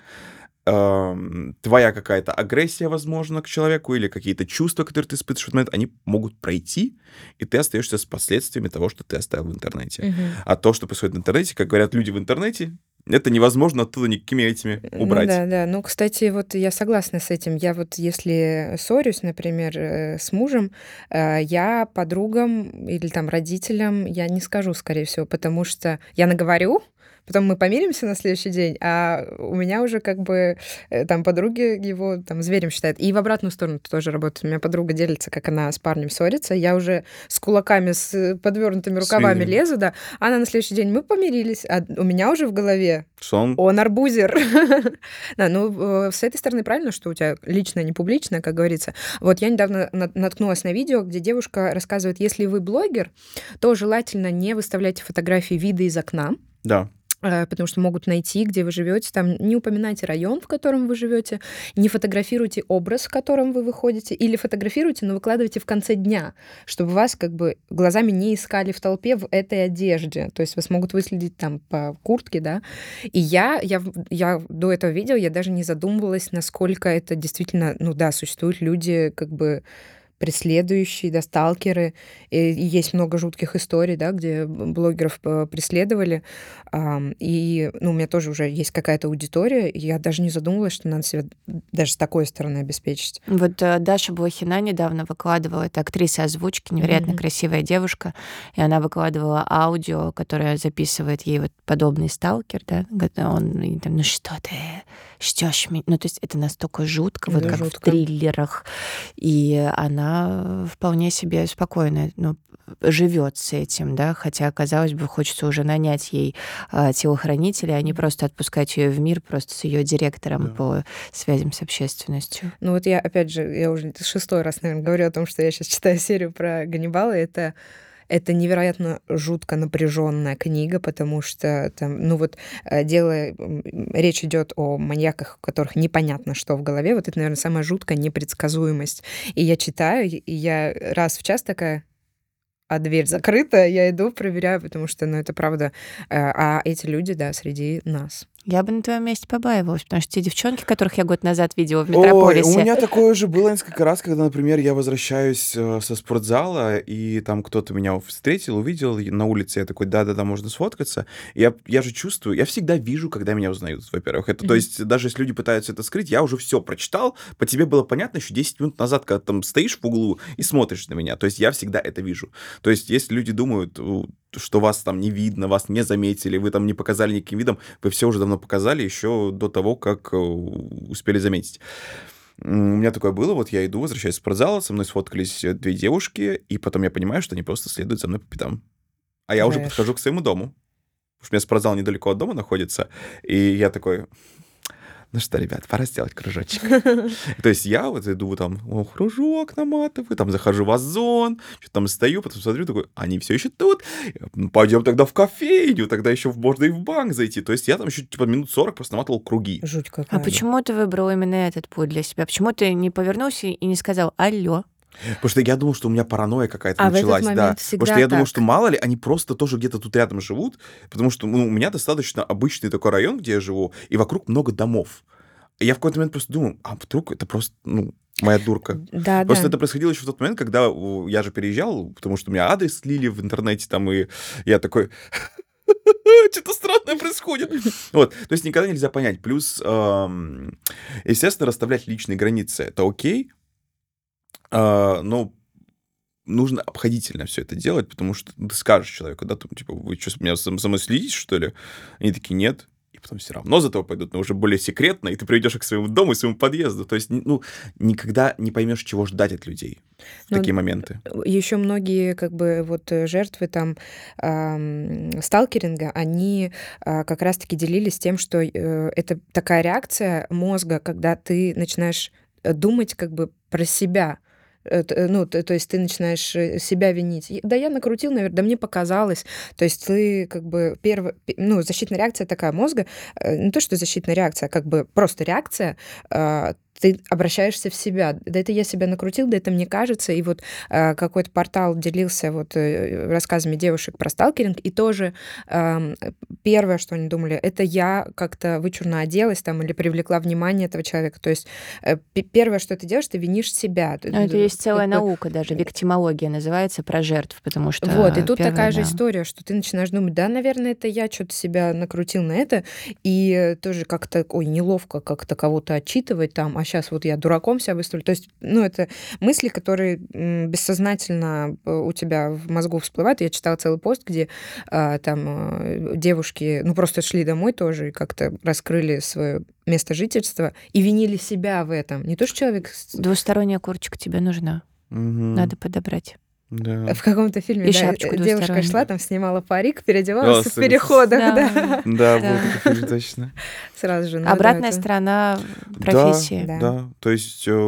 ам, твоя какая-то агрессия, возможно, к человеку или какие-то чувства, которые ты испытываешь в этот момент, они могут пройти, и ты остаешься с последствиями того, что ты оставил в интернете. Мгм. А то, что происходит в интернете, как говорят люди в интернете, это невозможно оттуда никакими этими Ну убрать. да, да. Ну, кстати, вот я согласна с этим. Я вот если ссорюсь, например, э, с мужем, э, я подругам или там родителям я не скажу, скорее всего, потому что я наговорю, потом мы помиримся на следующий день, а у меня уже как бы э, там подруги его там зверем считают. И в обратную сторону это тоже работает. У меня подруга делится, как она с парнем ссорится. Я уже с кулаками, с подвернутыми рукавами Свиньями. лезу, да. А она на следующий день, мы помирились, а у меня уже в голове Что он... он арбузер. Да, ну, э, с этой стороны правильно, что у тебя личное, не публичное, как говорится. Вот я недавно на- наткнулась на видео, где девушка рассказывает, если вы блогер, то желательно не выставляйте фотографии вида из окна, Да. потому что могут найти, где вы живете. Там не упоминайте район, в котором вы живете, не фотографируйте образ, в котором вы выходите, или фотографируйте, но выкладывайте в конце дня, чтобы вас как бы глазами не искали в толпе в этой одежде. То есть вас могут выследить там по куртке, да. И я, я, я до этого видео, я даже не задумывалась, насколько это действительно, ну да, существуют люди как бы преследующие, да, сталкеры. И есть много жутких историй, да, где блогеров преследовали. И, ну, у меня тоже уже есть какая-то аудитория, и я даже не задумывалась, что надо себя даже с такой стороны обеспечить. Вот э, Даша Блохина недавно выкладывала, это актриса озвучки, невероятно mm-hmm. красивая девушка, и она выкладывала аудио, которое записывает ей вот подобный сталкер, да, он и там, ну что ты ждешь меня? Ну, то есть это настолько жутко, вот да, как жутко. в триллерах, и она вполне себе спокойно, ну, живет с этим, да, хотя, казалось бы, хочется уже нанять ей а, телохранителя, а не просто отпускать ее в мир просто с ее директором да. по связям с общественностью. Ну вот я, опять же, я уже шестой раз, наверное, говорю о том, что я сейчас читаю серию про Ганнибала, это Это невероятно жутко напряженная книга, потому что там, ну вот, дело, речь идет о маньяках, у которых непонятно, что в голове. Вот это, наверное, самая жуткая непредсказуемость. И я читаю, и я раз в час такая, а дверь закрыта, я иду, проверяю, потому что, ну, это правда. А эти люди, да, среди нас. Я бы на твоем месте побаивалась, потому что те девчонки, которых я год назад видела в Метрополисе... Ой, у меня такое же было несколько раз, когда, например, я возвращаюсь э, со спортзала, и там кто-то меня встретил, увидел на улице, я такой, да-да-да, можно сфоткаться. Я, я же чувствую, я всегда вижу, когда меня узнают, во-первых. Это, mm-hmm. То есть даже если люди пытаются это скрыть, я уже все прочитал, по тебе было понятно еще десять минут назад, когда там стоишь в углу и смотришь на меня. То есть я всегда это вижу. То есть если люди думают, что вас там не видно, вас не заметили, вы там не показали никаким видом, вы все уже давно показали еще до того, как успели заметить. У меня такое было, вот я иду, возвращаюсь в спортзал, со мной сфоткались две девушки, и потом я понимаю, что они просто следуют за мной по пятам. А я Знаешь. уже подхожу к своему дому. Потому что у меня спортзал недалеко от дома находится, и я такой... Ну что, ребят, пора сделать кружочек. То есть я вот иду там, о, кружок наматываю, там захожу в Озон, что-то там стою, потом смотрю, такой, они все еще тут, пойдем тогда в кофейню, тогда еще можно и в банк зайти. То есть я там еще типа минут сорок просто наматывал круги. Жуть какая. А почему ты выбрал именно этот путь для себя? Почему ты не повернулся и не сказал «Алло»? Потому что я думал, что у меня паранойя какая-то а началась, да. Потому что я так. думал, что мало ли, они просто тоже где-то тут рядом живут, потому что ну, у меня достаточно обычный такой район, где я живу, и вокруг много домов. И я в какой-то момент просто думал, а вдруг это просто, ну, моя дурка. Да, просто да. это происходило еще в тот момент, когда я же переезжал, потому что у меня адрес слили в интернете там, и я такой... Что-то странное происходит. Вот, то есть никогда нельзя понять. Плюс, естественно, расставлять личные границы — это окей, Uh, но нужно обходительно все это делать, потому что ты скажешь человеку, да, там, типа, вы что, меня за мной следите, что ли? Они такие, нет. И потом все равно за тобой пойдут, но уже более секретно, и ты приведешь их к своему дому и своему подъезду. То есть, ну, никогда не поймешь, чего ждать от людей в но такие моменты. Еще многие, как бы, вот жертвы там э, сталкеринга, они э, как раз-таки делились тем, что э, это такая реакция мозга, когда ты начинаешь думать, как бы, про себя. Ну, то, то есть ты начинаешь себя винить. Да я накрутил, наверное, да мне показалось. То есть ты как бы первая... Ну, защитная реакция такая мозга, не то, что защитная реакция, а как бы просто реакция, ты обращаешься в себя. Да это я себя накрутил, да это мне кажется. И вот э, какой-то портал делился вот э, рассказами девушек про сталкеринг, и тоже э, первое, что они думали, это я как-то вычурно оделась там или привлекла внимание этого человека. То есть э, первое, что ты делаешь, ты винишь себя. Но это есть целая это... наука даже, виктимология называется, про жертв, потому что... Вот, и тут первое, такая да. же история, что ты начинаешь думать, да, наверное, это я что-то себя накрутил на это, и тоже как-то, ой, неловко как-то кого-то отчитывать там, а сейчас вот я дураком себя выставлю. То есть, ну, это мысли, которые бессознательно у тебя в мозгу всплывают. Я читала целый пост, где а, там девушки, ну, просто шли домой тоже и как-то раскрыли свое место жительства и винили себя в этом. Не то, что человек... Двусторонняя курточка тебе нужна. Угу. Надо подобрать. Да. В каком-то фильме, и да, девушка шла, там снимала парик, переодевалась О, в переходах. Да, да, да, был такой фильм, точно. Сразу же. Обратная сторона профессии. Да, да, да. То есть я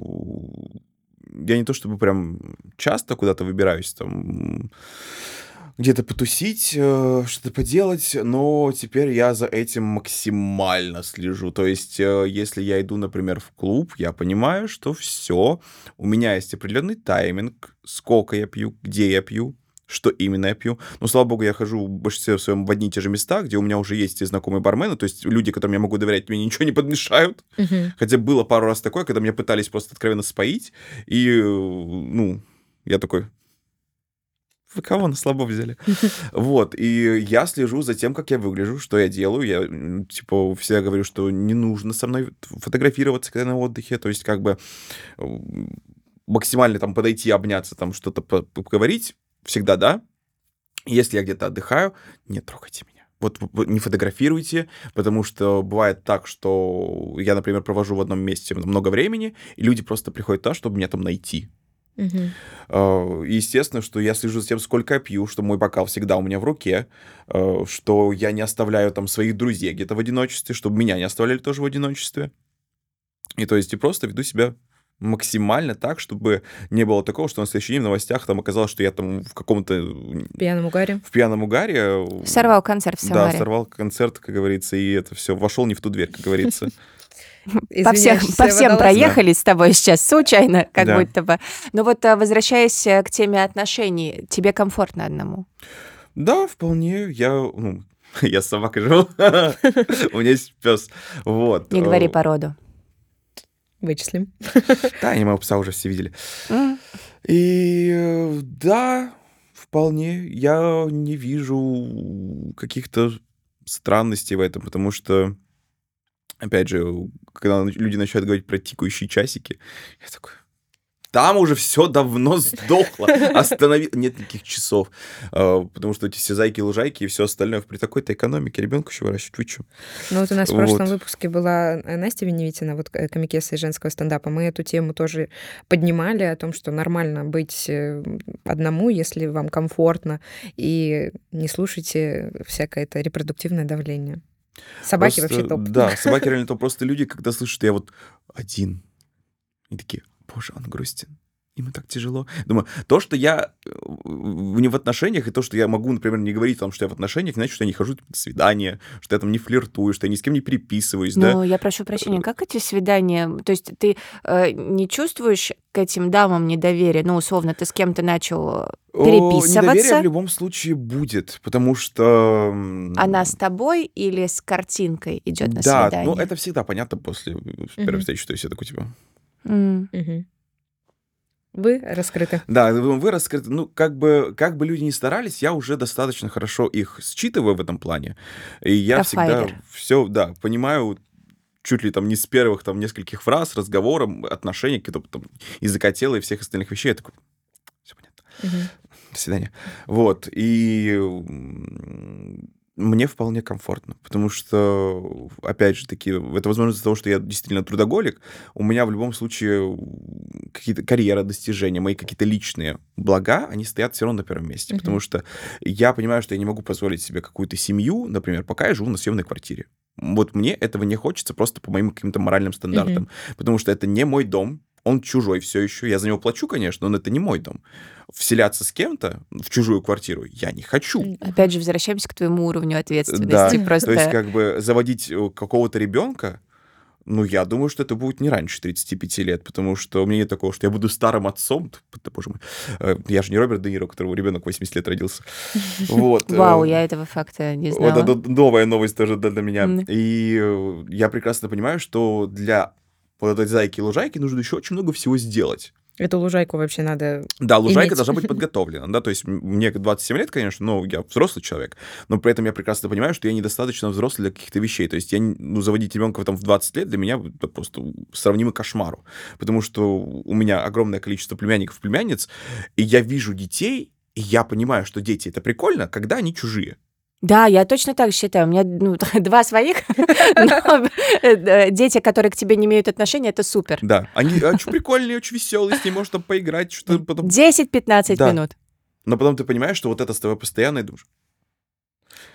не то чтобы прям часто куда-то выбираюсь, там, где-то потусить, э, что-то поделать, но теперь я за этим максимально слежу. То есть, э, если я иду, например, в клуб, я понимаю, что все, у меня есть определенный тайминг, сколько я пью, где я пью, что именно я пью. Но, слава богу, я хожу в большинстве своем в одни и те же места, где у меня уже есть и знакомые бармены, то есть люди, которым я могу доверять, мне ничего не подмешают. Мгм. Хотя было пару раз такое, когда меня пытались просто откровенно споить, и, э, ну, я такой... Вы кого на слабо взяли? Вот, и я слежу за тем, как я выгляжу, что я делаю. Я, м, типа, всегда говорю, что не нужно со мной фотографироваться, когда я на отдыхе. То есть, как бы, м, максимально там подойти, обняться, там что-то по- поговорить. Всегда да. Если я где-то отдыхаю, не трогайте меня. Вот в- в- не фотографируйте, потому что бывает так, что я, например, провожу в одном месте много времени, и люди просто приходят туда, чтобы меня там найти. Мгм. А, и естественно, что я слежу за тем, сколько я пью, что мой бокал всегда у меня в руке, э, что я не оставляю там своих друзей где-то в одиночестве, чтобы меня не оставляли тоже в одиночестве. И то есть и просто веду себя максимально так, чтобы не было такого, что на следующий день в новостях там оказалось, что я там в каком-то э, В пьяном угаре. в пьяном угаре, э, Сорвал концерт в да, Самаре. сорвал концерт, как говорится, и это все вошел не в ту дверь, как говорится. По всем, Извиняющийся по всем водолаз. проехались с тобой сейчас случайно, как Да. будто бы. Но вот а, возвращаясь э, к теме отношений, тебе комфортно одному? Да, вполне. Я, ну, я с собакой живу. У меня есть пес. Вот. Не говори э, породу. Вычислим. Да, они моего пса уже все видели. М. И э, да, вполне. Я не вижу каких-то странностей в этом, потому что, опять же, когда люди начинают говорить про тикающие часики, я такой... Там уже все давно сдохло. Останови... Нет никаких часов. А, потому что эти все зайки-лужайки и все остальное при такой-то экономике ребенка еще выращивать. Вы чё? Ну вот у нас в прошлом Вот. выпуске была э, Настя Веневитина, вот э, комикесса из женского стендапа. Мы эту тему тоже поднимали, о том, что нормально быть э, одному, если вам комфортно, и не слушайте всякое это репродуктивное давление. Собаки Просто, вообще топ. да, собаки реально то просто люди, когда слышат, что я вот один, и такие, боже, он грустен. Ему так тяжело. Думаю, то, что я э, в- не в отношениях, и то, что я могу, например, не говорить о том, что я в отношениях, значит, что я не хожу на свидания, что я там не флиртую, что я ни с кем не переписываюсь, да? Ну, я прошу прощения, как эти свидания? То есть ты э, не чувствуешь к этим дамам недоверия? Ну, условно, ты с кем-то начал О, недоверие в переписываться, любом случае будет, потому что... м, она с тобой или с картинкой идет на Да, ну свидание? это всегда понятно после э, первой Мгм. встречи, то есть я такой, типа... М. Мгм. Вы раскрыты. Да, вы вы раскрыты. Ну, как бы, как бы люди ни старались, я уже достаточно хорошо их считываю в этом плане. И я всегда Профайлер. все, да, понимаю чуть ли там не с первых там нескольких фраз, разговоров, отношений, какие-то там языка тела и всех остальных вещей. Я такой, все понятно. Мгм. До свидания. Вот. И м, мне вполне комфортно, потому что, опять же таки, это возможно из-за того, что я действительно трудоголик. У меня в любом случае какие-то карьера, достижения, мои какие-то личные блага, они стоят все равно на первом месте, Мгм. потому что я понимаю, что я не могу позволить себе какую-то семью, например, пока я живу на съемной квартире. Вот мне этого не хочется просто по моим каким-то моральным стандартам, потому что это не мой дом, он чужой все еще. Я за него плачу, конечно, но это не мой дом. Вселяться с кем-то в чужую квартиру я не хочу. Мгм. Опять же, возвращаемся к твоему уровню Да, ответственности. Мгм. Просто то есть как бы заводить э, какого-то ребенка, ну, я думаю, что это будет не раньше тридцати пяти лет, потому что у меня нет такого, что я буду старым отцом. Т- т- Боже мой. Э, Я же не Роберт Де Ниро, у которого ребенок восемьдесят лет родился. Вот. вау, э, я этого факта не Вот знала. это новая новость тоже да, для меня. М. И э, я прекрасно понимаю, что для вот этой зайки и лужайки нужно еще очень много всего сделать. Эту лужайку вообще надо Да, лужайка иметь. должна быть подготовлена, да, то есть м- мне двадцать семь лет, конечно, но я взрослый человек, но при этом я прекрасно понимаю, что я недостаточно взрослый для каких-то вещей, то есть я, не- ну, заводить ребенка там в двадцать лет для меня это просто сравнимо кошмару, потому что у меня огромное количество племянников и племянниц, и я вижу детей, и я понимаю, что дети — это прикольно, когда они чужие. Да, я точно так считаю. У меня ну, два своих, но э, дети, которые к тебе не имеют отношения, это супер. Да, они очень прикольные, очень веселые, с ней можно там поиграть, что-то потом... десять-пятнадцать Да. минут. Но потом ты понимаешь, что вот это с тобой постоянно, и думаешь,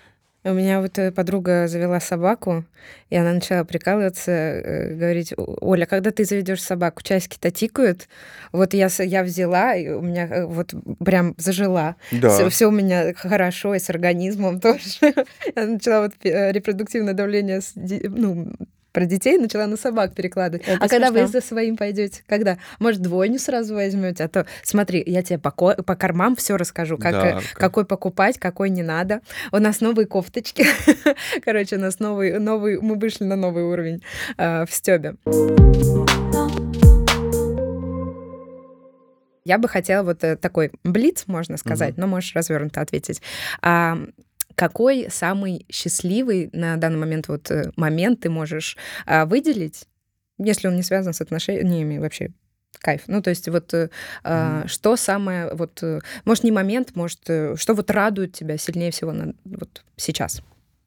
У меня вот э, подруга завела собаку, и она начала прикалываться, э, говорить: «О- Оля, когда ты заведешь собаку, часики-то тикают. Вот я, с- я взяла, и у меня э, вот прям зажила. Да. Все у меня хорошо, и с организмом тоже. Я начала вот пе- э, репродуктивное давление с ди- ну, про детей начала на собак перекладывать. Это а когда вы смешно. за своим пойдете? Когда? Может, двойню сразу возьмете? А то смотри, я тебе по, ко- по кормам все расскажу, как, э, Да. какой покупать, какой не надо. У нас новые кофточки. Короче, у нас новый, новый, мы вышли на новый уровень э, в стёбе. Я бы хотела вот э, такой блиц, можно сказать, Мгм. но можешь развернуто ответить. А, какой самый счастливый на данный момент вот э, момент ты можешь а, выделить, если он не связан с отношениями вообще? Кайф. Ну, то есть вот э, а, Мгм. что самое, вот, э, может, не момент, может, э, что вот радует тебя сильнее всего на, вот сейчас?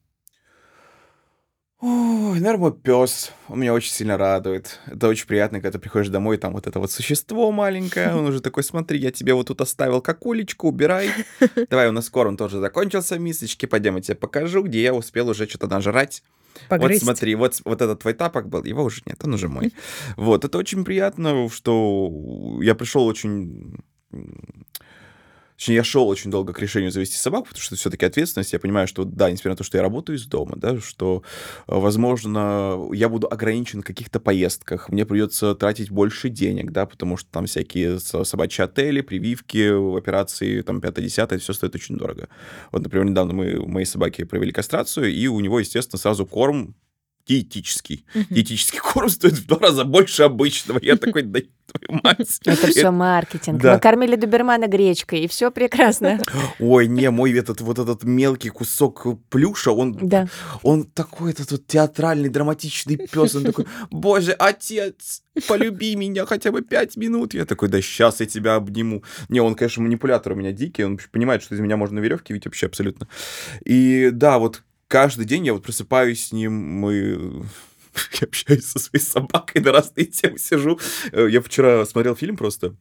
Ой, наверное, мой пес. Он меня очень сильно радует. Это очень приятно, когда ты приходишь домой, там вот это вот существо маленькое, он уже такой: смотри, я тебе вот тут оставил какулечку, убирай. Давай, у нас корм тоже закончился, мисочки, пойдем, я тебе покажу, где я успел уже что-то нажрать. Вот Погрызть. смотри, вот, с- вот этот твой тапок был, его уже нет, он уже мой. Вот, это очень приятно, что я пришел очень... м, Точнее, я шел очень долго к решению завести собаку, потому что все-таки ответственность. Я понимаю, что да, несмотря на то, что я работаю из дома, да, что, э, возможно, я буду ограничен в каких-то поездках, мне придется тратить больше денег, да, потому что там всякие со- собачьи отели, прививки, операции, там, пятое-десятое, все стоит очень дорого. Вот, например, недавно мы у моей собаки провели кастрацию, и у него, естественно, сразу корм диетический. Мгм. Диетический корм стоит в два раза больше обычного. Я такой: да твою мать. Это все Это- маркетинг. да. Накормили добермана гречкой, и все прекрасно. Ой, не, мой этот вот этот мелкий кусок плюша, он, Да. он такой этот вот театральный, драматичный пес. Он такой: боже, отец, полюби меня хотя бы пять минут. Я такой: да сейчас я тебя обниму. Не, он, конечно, манипулятор у меня дикий, он понимает, что из меня можно веревки видеть вообще абсолютно. И да, вот каждый день я вот просыпаюсь с ним, мы... Я общаюсь со своей собакой, на разные темы сижу. Э, Я вчера смотрел фильм просто.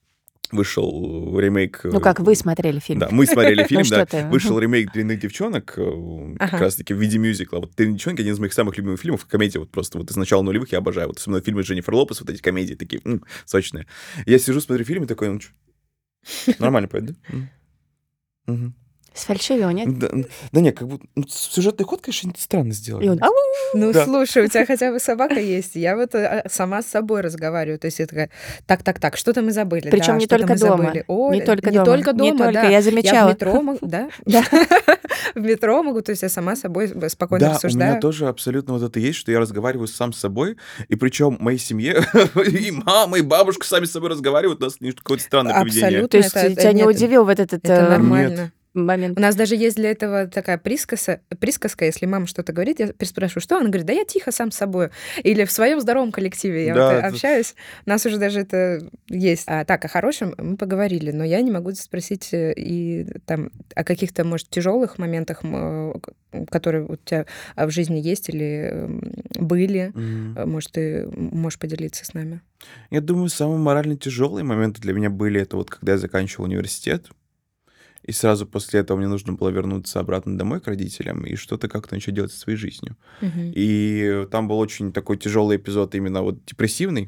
Вышел ремейк... Ну э, как, вы смотрели фильм? Да, мы смотрели фильм, Ну да. что ты. Вышел ремейк «Дрянных девчонок», э, как Ага. раз-таки в виде мюзикла. Вот «Дрянные девчонки» — один из моих самых любимых фильмов, комедия вот просто вот из начала нулевых я обожаю. Вот особенно фильмы с Дженнифер Лопес, вот эти комедии такие, м, сочные. Я сижу, смотрю фильм и такой: ну, чё, нормально пойдет, да? М, мгм. Сфальшивил, нет? Да, н- да нет, как будто... ну, сюжетный ход, конечно, странно И сделали. он: «Ау!» Ну, Да. слушай, у тебя хотя бы собака есть. Я вот э, а, сама с собой разговариваю. То есть я такая: так, так, так, что-то мы забыли. Причем да, не что-то только мы дома. забыли. Ой, Не только не дома. только Не дома, только, да. я Я в замечала. метро могу, да? Да. В метро могу, то есть я сама с собой б- спокойно Да, у меня обсуждаю. тоже абсолютно вот это есть, что я разговариваю сам с собой, и причем моей семье и мама, и бабушка сами с собой разговаривают, у нас не- какое-то странное поведение. Абсолютно. То есть это- это тебя не нет, удивил вот этот Это э, нормально. момент? У нас даже есть для этого такая присказка, присказка, если мама что-то говорит, я переспрашиваю, что? Она говорит: да я тихо сам с собой. Или в своем здоровом коллективе я Да, вот это- общаюсь, у нас уже даже это есть. А, так, о хорошем мы поговорили, но я не могу спросить э, и там о каких-то, может, тяжелых моментах, м, э, к- которые у тебя а, в жизни есть или м, были. Мгм. Э, Может, ты можешь поделиться с нами? Я думаю, самые морально тяжелые моменты для меня были это вот когда я заканчивал университет, и сразу после этого мне нужно было вернуться обратно домой к родителям и что-то как-то начать делать со своей жизнью. Мгм. И там был очень такой тяжелый эпизод, именно вот депрессивный,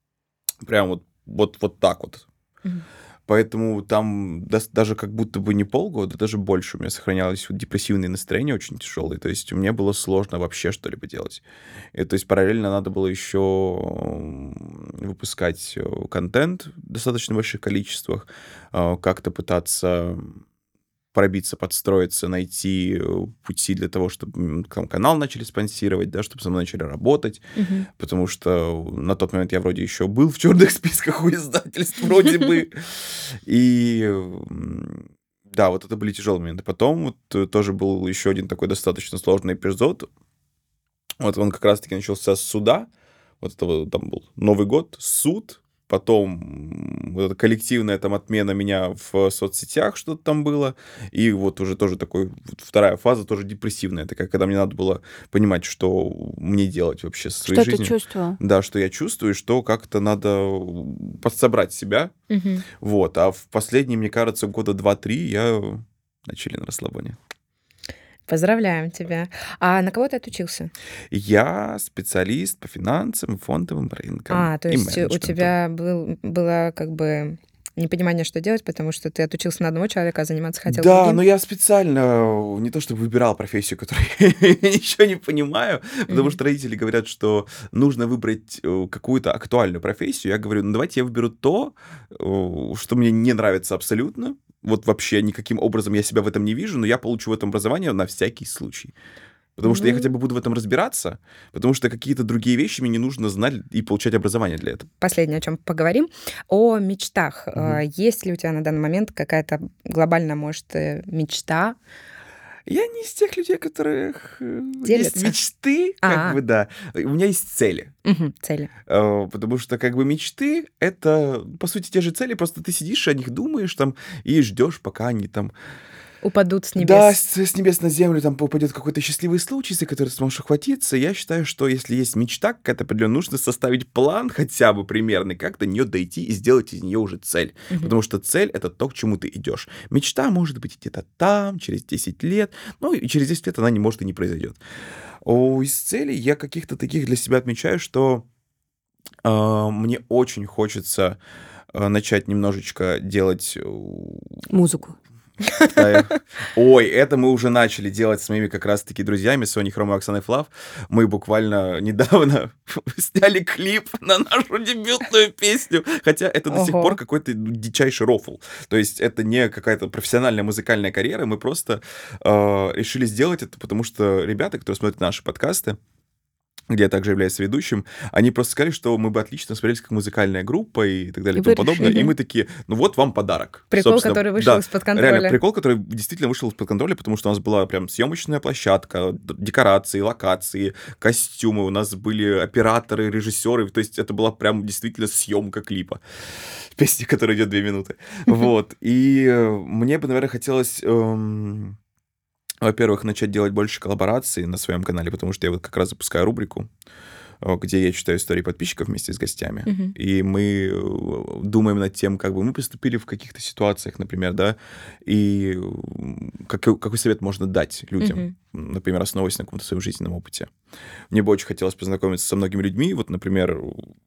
прям вот, вот, вот так вот. Мгм. Поэтому там дас- даже как будто бы не полгода, даже больше у меня сохранялось вот депрессивные настроения очень тяжелые. То есть мне было сложно вообще что-либо делать. И, то есть параллельно надо было еще м, выпускать э, контент в достаточно больших количествах, э, как-то пытаться пробиться, подстроиться, найти э, пути для того, чтобы м, там канал начали спонсировать, да, чтобы со мной начали работать, Мгм. потому что на тот момент я вроде еще был в черных списках у издательств, вроде бы. И м, да, вот это были тяжелые моменты. Потом вот э, тоже был еще один такой достаточно сложный эпизод. Вот он как раз-таки начался с суда. Вот это вот там был Новый год, суд, потом м, вот эта коллективная там отмена меня в соцсетях, что-то там было, и вот уже тоже такой, вот вторая фаза, тоже депрессивная, такая, когда мне надо было понимать, что мне делать вообще со своей Что ты жизнью. чувствовал? Да, что я чувствую, что как-то надо подсобрать себя, Мгм. вот, а в последние, мне кажется, года два-три я начали на расслабоне. Поздравляем тебя. А на кого ты отучился? Я специалист по финансам и фондовым рынкам А, то и есть у менеджменту. тебя был, было как бы непонимание, что делать, потому что ты отучился на одного человека, а заниматься хотел Да, другим? но я специально не то чтобы выбирал профессию, которую я ничего не понимаю, потому Мгм. что родители говорят, что нужно выбрать э, какую-то актуальную профессию. Я говорю, ну давайте я выберу то, э, что мне не нравится абсолютно. Вот вообще никаким образом я себя в этом не вижу, но я получу в этом образование на всякий случай. Потому что я хотя Ну, бы буду в этом разбираться, потому что какие-то другие вещи мне не нужно знать и получать образование для этого. последнее, о чем поговорим, о мечтах. А, Мгм. Есть ли у тебя на данный момент какая-то глобальная, может, э, мечта? Я не из тех людей, которых э, есть Делятся? мечты, как А, бы, да. У меня есть цели. мгм, цели. Э, Потому что, как бы, мечты — это, по сути, те же цели, просто ты сидишь, о них думаешь там и ждешь, пока они там, Упадут с да, небес. с, с небес на землю там упадет какой-то счастливый случай, за который ты сможешь охватиться. Я считаю, что если есть мечта какая-то определенная, нужно составить план хотя бы примерный, как до нее дойти и сделать из нее уже цель. Мгм. Потому что цель — это то, к чему ты идешь. Мечта может быть где-то там, через десять лет, ну и через десять лет она не может и не произойдет. О, из целей я каких-то таких для себя отмечаю, что а, мне очень хочется а, начать немножечко делать... э, Музыку. да, ой, это мы уже начали делать с моими как раз-таки друзьями, Соней Хром и Оксаной Флав. Мы буквально недавно сняли клип на нашу дебютную песню, хотя это до сих пор Ого. какой-то ну, дичайший рофл. То есть это не какая-то профессиональная музыкальная карьера, мы просто э, решили сделать это, потому что ребята, которые смотрят наши подкасты, где я также являюсь ведущим, они просто сказали, что мы бы отлично смотрелись как музыкальная группа и так далее И и тому вы подобное. И решили. мы такие, ну вот вам подарок. Прикол, Собственно, который вышел да, из-под реально, контроля. прикол, который действительно вышел из-под контроля, потому что у нас была прям съемочная площадка, д- декорации, локации, костюмы, у нас были операторы, режиссеры, то есть это была прям действительно съемка клипа. Песни, которая идет две минуты. Вот. И э, мне бы, наверное, хотелось... эм, во-первых, начать делать больше коллабораций на своем канале, потому что я вот как раз запускаю рубрику, э, где я читаю истории подписчиков вместе с гостями. Мгм. И мы э, думаем над тем, как бы мы поступили в каких-то ситуациях, например, да, и м, какой, какой совет можно дать людям, Мгм. например, основываясь на каком-то своем жизненном опыте. Мне бы очень хотелось познакомиться со многими людьми, вот, например,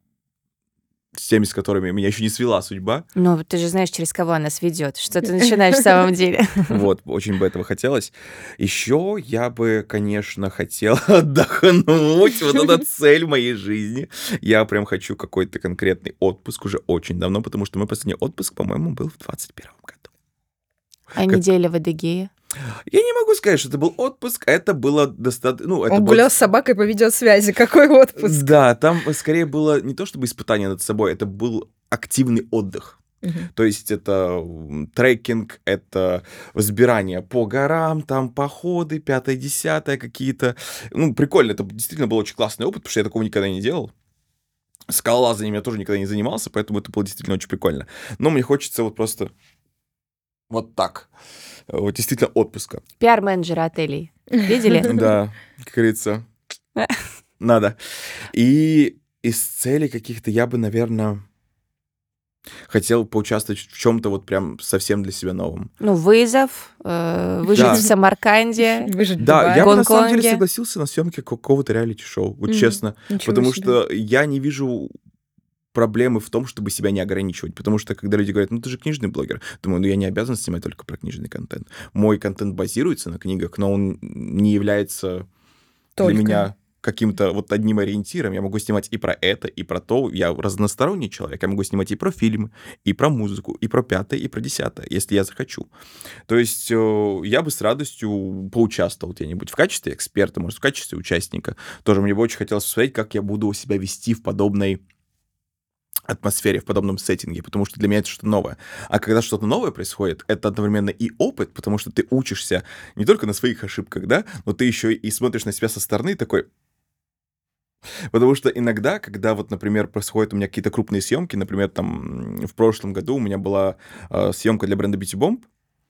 с теми, с которыми меня еще не свела судьба. Ну, ты же знаешь, через кого она сведет. Что ты начинаешь в самом деле? Вот, очень бы этого хотелось. Еще я бы, конечно, хотел отдохнуть. Вот это цель моей жизни. Я прям хочу какой-то конкретный отпуск уже очень давно, потому что мой последний отпуск, по-моему, был в двадцать первом году. А Как- неделя в Адыгее? Я не могу сказать, что это был отпуск, это было достаточно... Ну, это Он было... гулял с собакой по видеосвязи. Какой отпуск? Да, там скорее было не то чтобы испытание над собой, это был активный отдых. Мгм. То есть это м, трекинг, это взбирание по горам, там походы, пятое-десятое какие-то. Ну, прикольно, это действительно был очень классный опыт, потому что я такого никогда не делал. Скалолазанием я тоже никогда не занимался, поэтому это было действительно очень прикольно. Но мне хочется вот просто вот так. Вот действительно отпуска. Пиар-менеджеры отелей. Видели? Да, как говорится, надо. И из целей каких-то я бы, наверное, хотел поучаствовать в чем-то вот прям совсем для себя новом. Ну, вызов, э, выжить Да. в Самарканде. Выжить в Да, Дубае. я бы на самом деле Гонконге. согласился на съемки какого-то реалити-шоу, вот Мгм. честно. Ничего Потому себе. что я не вижу проблемы в том, чтобы себя не ограничивать. Потому что когда люди говорят, ну ты же книжный блогер, думаю, ну я не обязан снимать только про книжный контент. Мой контент базируется на книгах, но он не является Только. для меня каким-то вот одним ориентиром. Я могу снимать и про это, и про то. Я разносторонний человек. Я могу снимать и про фильмы, и про музыку, и про пятое, и про десятое, если я захочу. То есть э, я бы с радостью поучаствовал где-нибудь в качестве эксперта, может, в качестве участника. Тоже мне бы очень хотелось посмотреть, как я буду себя вести в подобной атмосфере, в подобном сеттинге, потому что для меня это что-то новое. А когда что-то новое происходит, это одновременно и опыт, потому что ты учишься не только на своих ошибках, да, но ты еще и смотришь на себя со стороны такой... Потому что иногда, когда вот, например, происходят у меня какие-то крупные съемки, например, там м, в прошлом году у меня была э, съемка для бренда Beauty Bomb,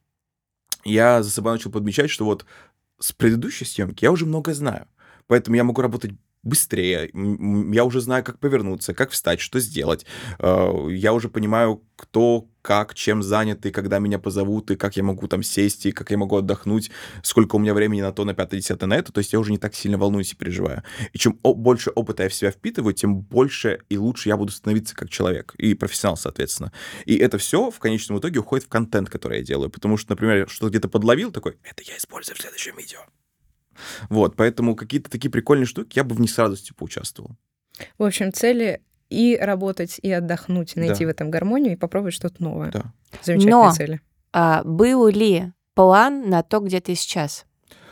я за собой начал подмечать, что вот с предыдущей съемки я уже много знаю, поэтому я могу работать быстрее, я уже знаю, как повернуться, как встать, что сделать. Я уже понимаю, кто, как, чем занят, и когда меня позовут, и как я могу там сесть, и как я могу отдохнуть, сколько у меня времени на то, на пятое, десятое, на это. То есть я уже не так сильно волнуюсь и переживаю. И чем больше опыта я в себя впитываю, тем больше и лучше я буду становиться как человек и профессионал, соответственно. И это все в конечном итоге уходит в контент, который я делаю. Потому что, например, что-то где-то подловил, такой, это я использую в следующем видео. Вот, поэтому какие-то такие прикольные штуки я бы в них с радостью поучаствовал. В общем, цели и работать, и отдохнуть, и найти Да. в этом гармонию, и попробовать что-то новое. Да. Замечательные Но цели. а, был ли план на то, где ты сейчас?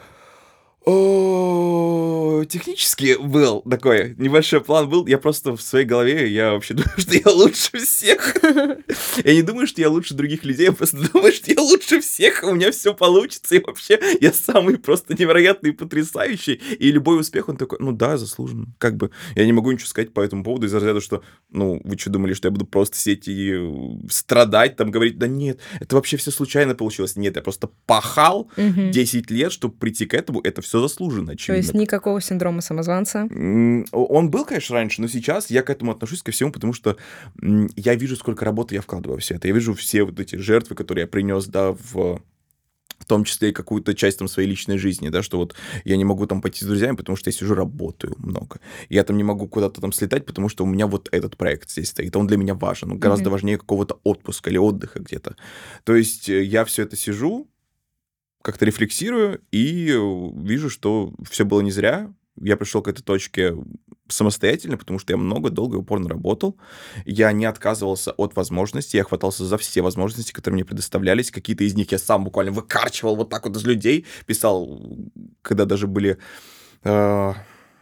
О, технически был такой небольшой план был. Я просто в своей голове, я вообще думаю, что я лучше всех. Я не думаю, что я лучше других людей, я просто думаю, что я лучше всех, у меня все получится, и вообще я самый просто невероятный, потрясающий. И любой успех, он такой, ну да, заслуженно. Как бы я не могу ничего сказать по этому поводу из-за разряда, что, ну, вы что думали, что я буду просто сидеть и страдать, там говорить, да нет, это вообще все случайно получилось. Нет, я просто пахал Мгм. десять лет, чтобы прийти к этому, это все заслуженно, То очевидно. есть никакого синдрома самозванца. М, Он был, конечно, раньше, но сейчас я к этому отношусь ко всему, потому что м, я вижу, сколько работы я вкладываю во все это. Я вижу все вот эти жертвы, которые я принес, да, в в том числе и какую-то часть там своей личной жизни, да, что вот я не могу там пойти с друзьями, потому что я сижу, работаю много. Я там не могу куда-то там слетать, потому что у меня вот этот проект здесь стоит, он для меня важен, он гораздо Мгм. важнее какого-то отпуска или отдыха где-то. То есть э, я все это сижу, как-то рефлексирую и э, вижу, что все было не зря. Я пришел к этой точке самостоятельно, потому что я много, долго и упорно работал. Я не отказывался от возможностей, я хватался за все возможности, которые мне предоставлялись. Какие-то из них я сам буквально выкарчивал вот так вот из людей. Писал, когда даже были э,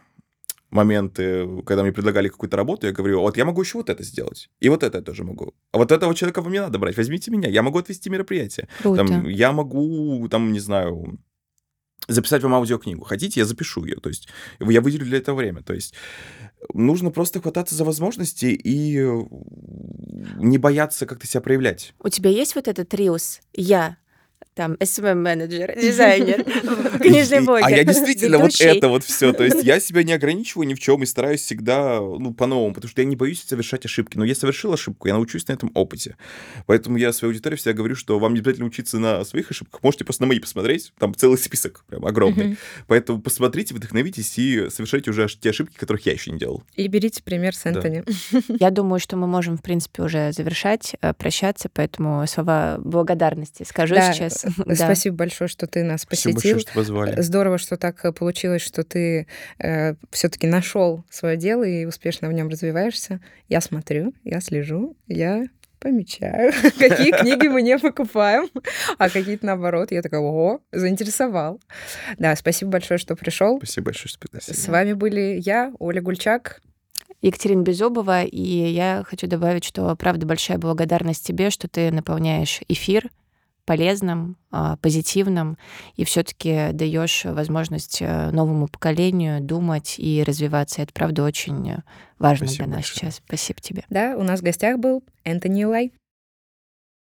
моменты, когда мне предлагали какую-то работу, я говорю, вот я могу еще вот это сделать, и вот это я тоже могу. А вот этого человека вам не надо брать, возьмите меня, я могу отвести мероприятие. Там, Круто. я могу, там, не знаю, записать вам аудиокнигу. Хотите, я запишу ее. То есть я выделю для этого время. То есть нужно просто хвататься за возможности и э, не бояться как-то себя проявлять. У тебя есть вот этот рилс? Я, там, эс эм эм-менеджер, дизайнер, книжный И- блогер, А я действительно вот ведущий. это вот все. То есть я себя не ограничиваю ни в чем и стараюсь всегда, ну, по-новому, потому что я не боюсь совершать ошибки. Но я совершил ошибку, я научусь на этом опыте. Поэтому я своей аудитории всегда говорю, что вам не обязательно учиться на своих ошибках. Можете просто на мои посмотреть. Там целый список, прям огромный. Мгм. Поэтому посмотрите, вдохновитесь и совершайте уже аж те ошибки, которых я еще не делал. И берите пример с Да. Энтони. Я думаю, что мы можем, в принципе, уже завершать, э, прощаться, поэтому слова благодарности скажу Да, сейчас. э, Да. спасибо большое, что ты нас Спасибо посетил. большое, что позвали. Здорово, что так э, получилось, что ты все-таки нашел свое дело и успешно в нем развиваешься. Я смотрю, я слежу, я помечаю, какие книги мы не покупаем, а какие-то наоборот. Я такая, ого, заинтересовал. Да, спасибо большое, что пришел. Спасибо большое, что пригласили. С вами были я, Оля Гульчак. Екатерина Беззубова, и я хочу добавить, что, правда, большая благодарность тебе, что ты наполняешь эфир полезным, а, позитивным, и все-таки даешь возможность э, новому поколению думать и развиваться. Это, правда, очень э, важно Спасибо для нас большое. сейчас. Спасибо тебе. Да, у нас в гостях был Энтони Илай.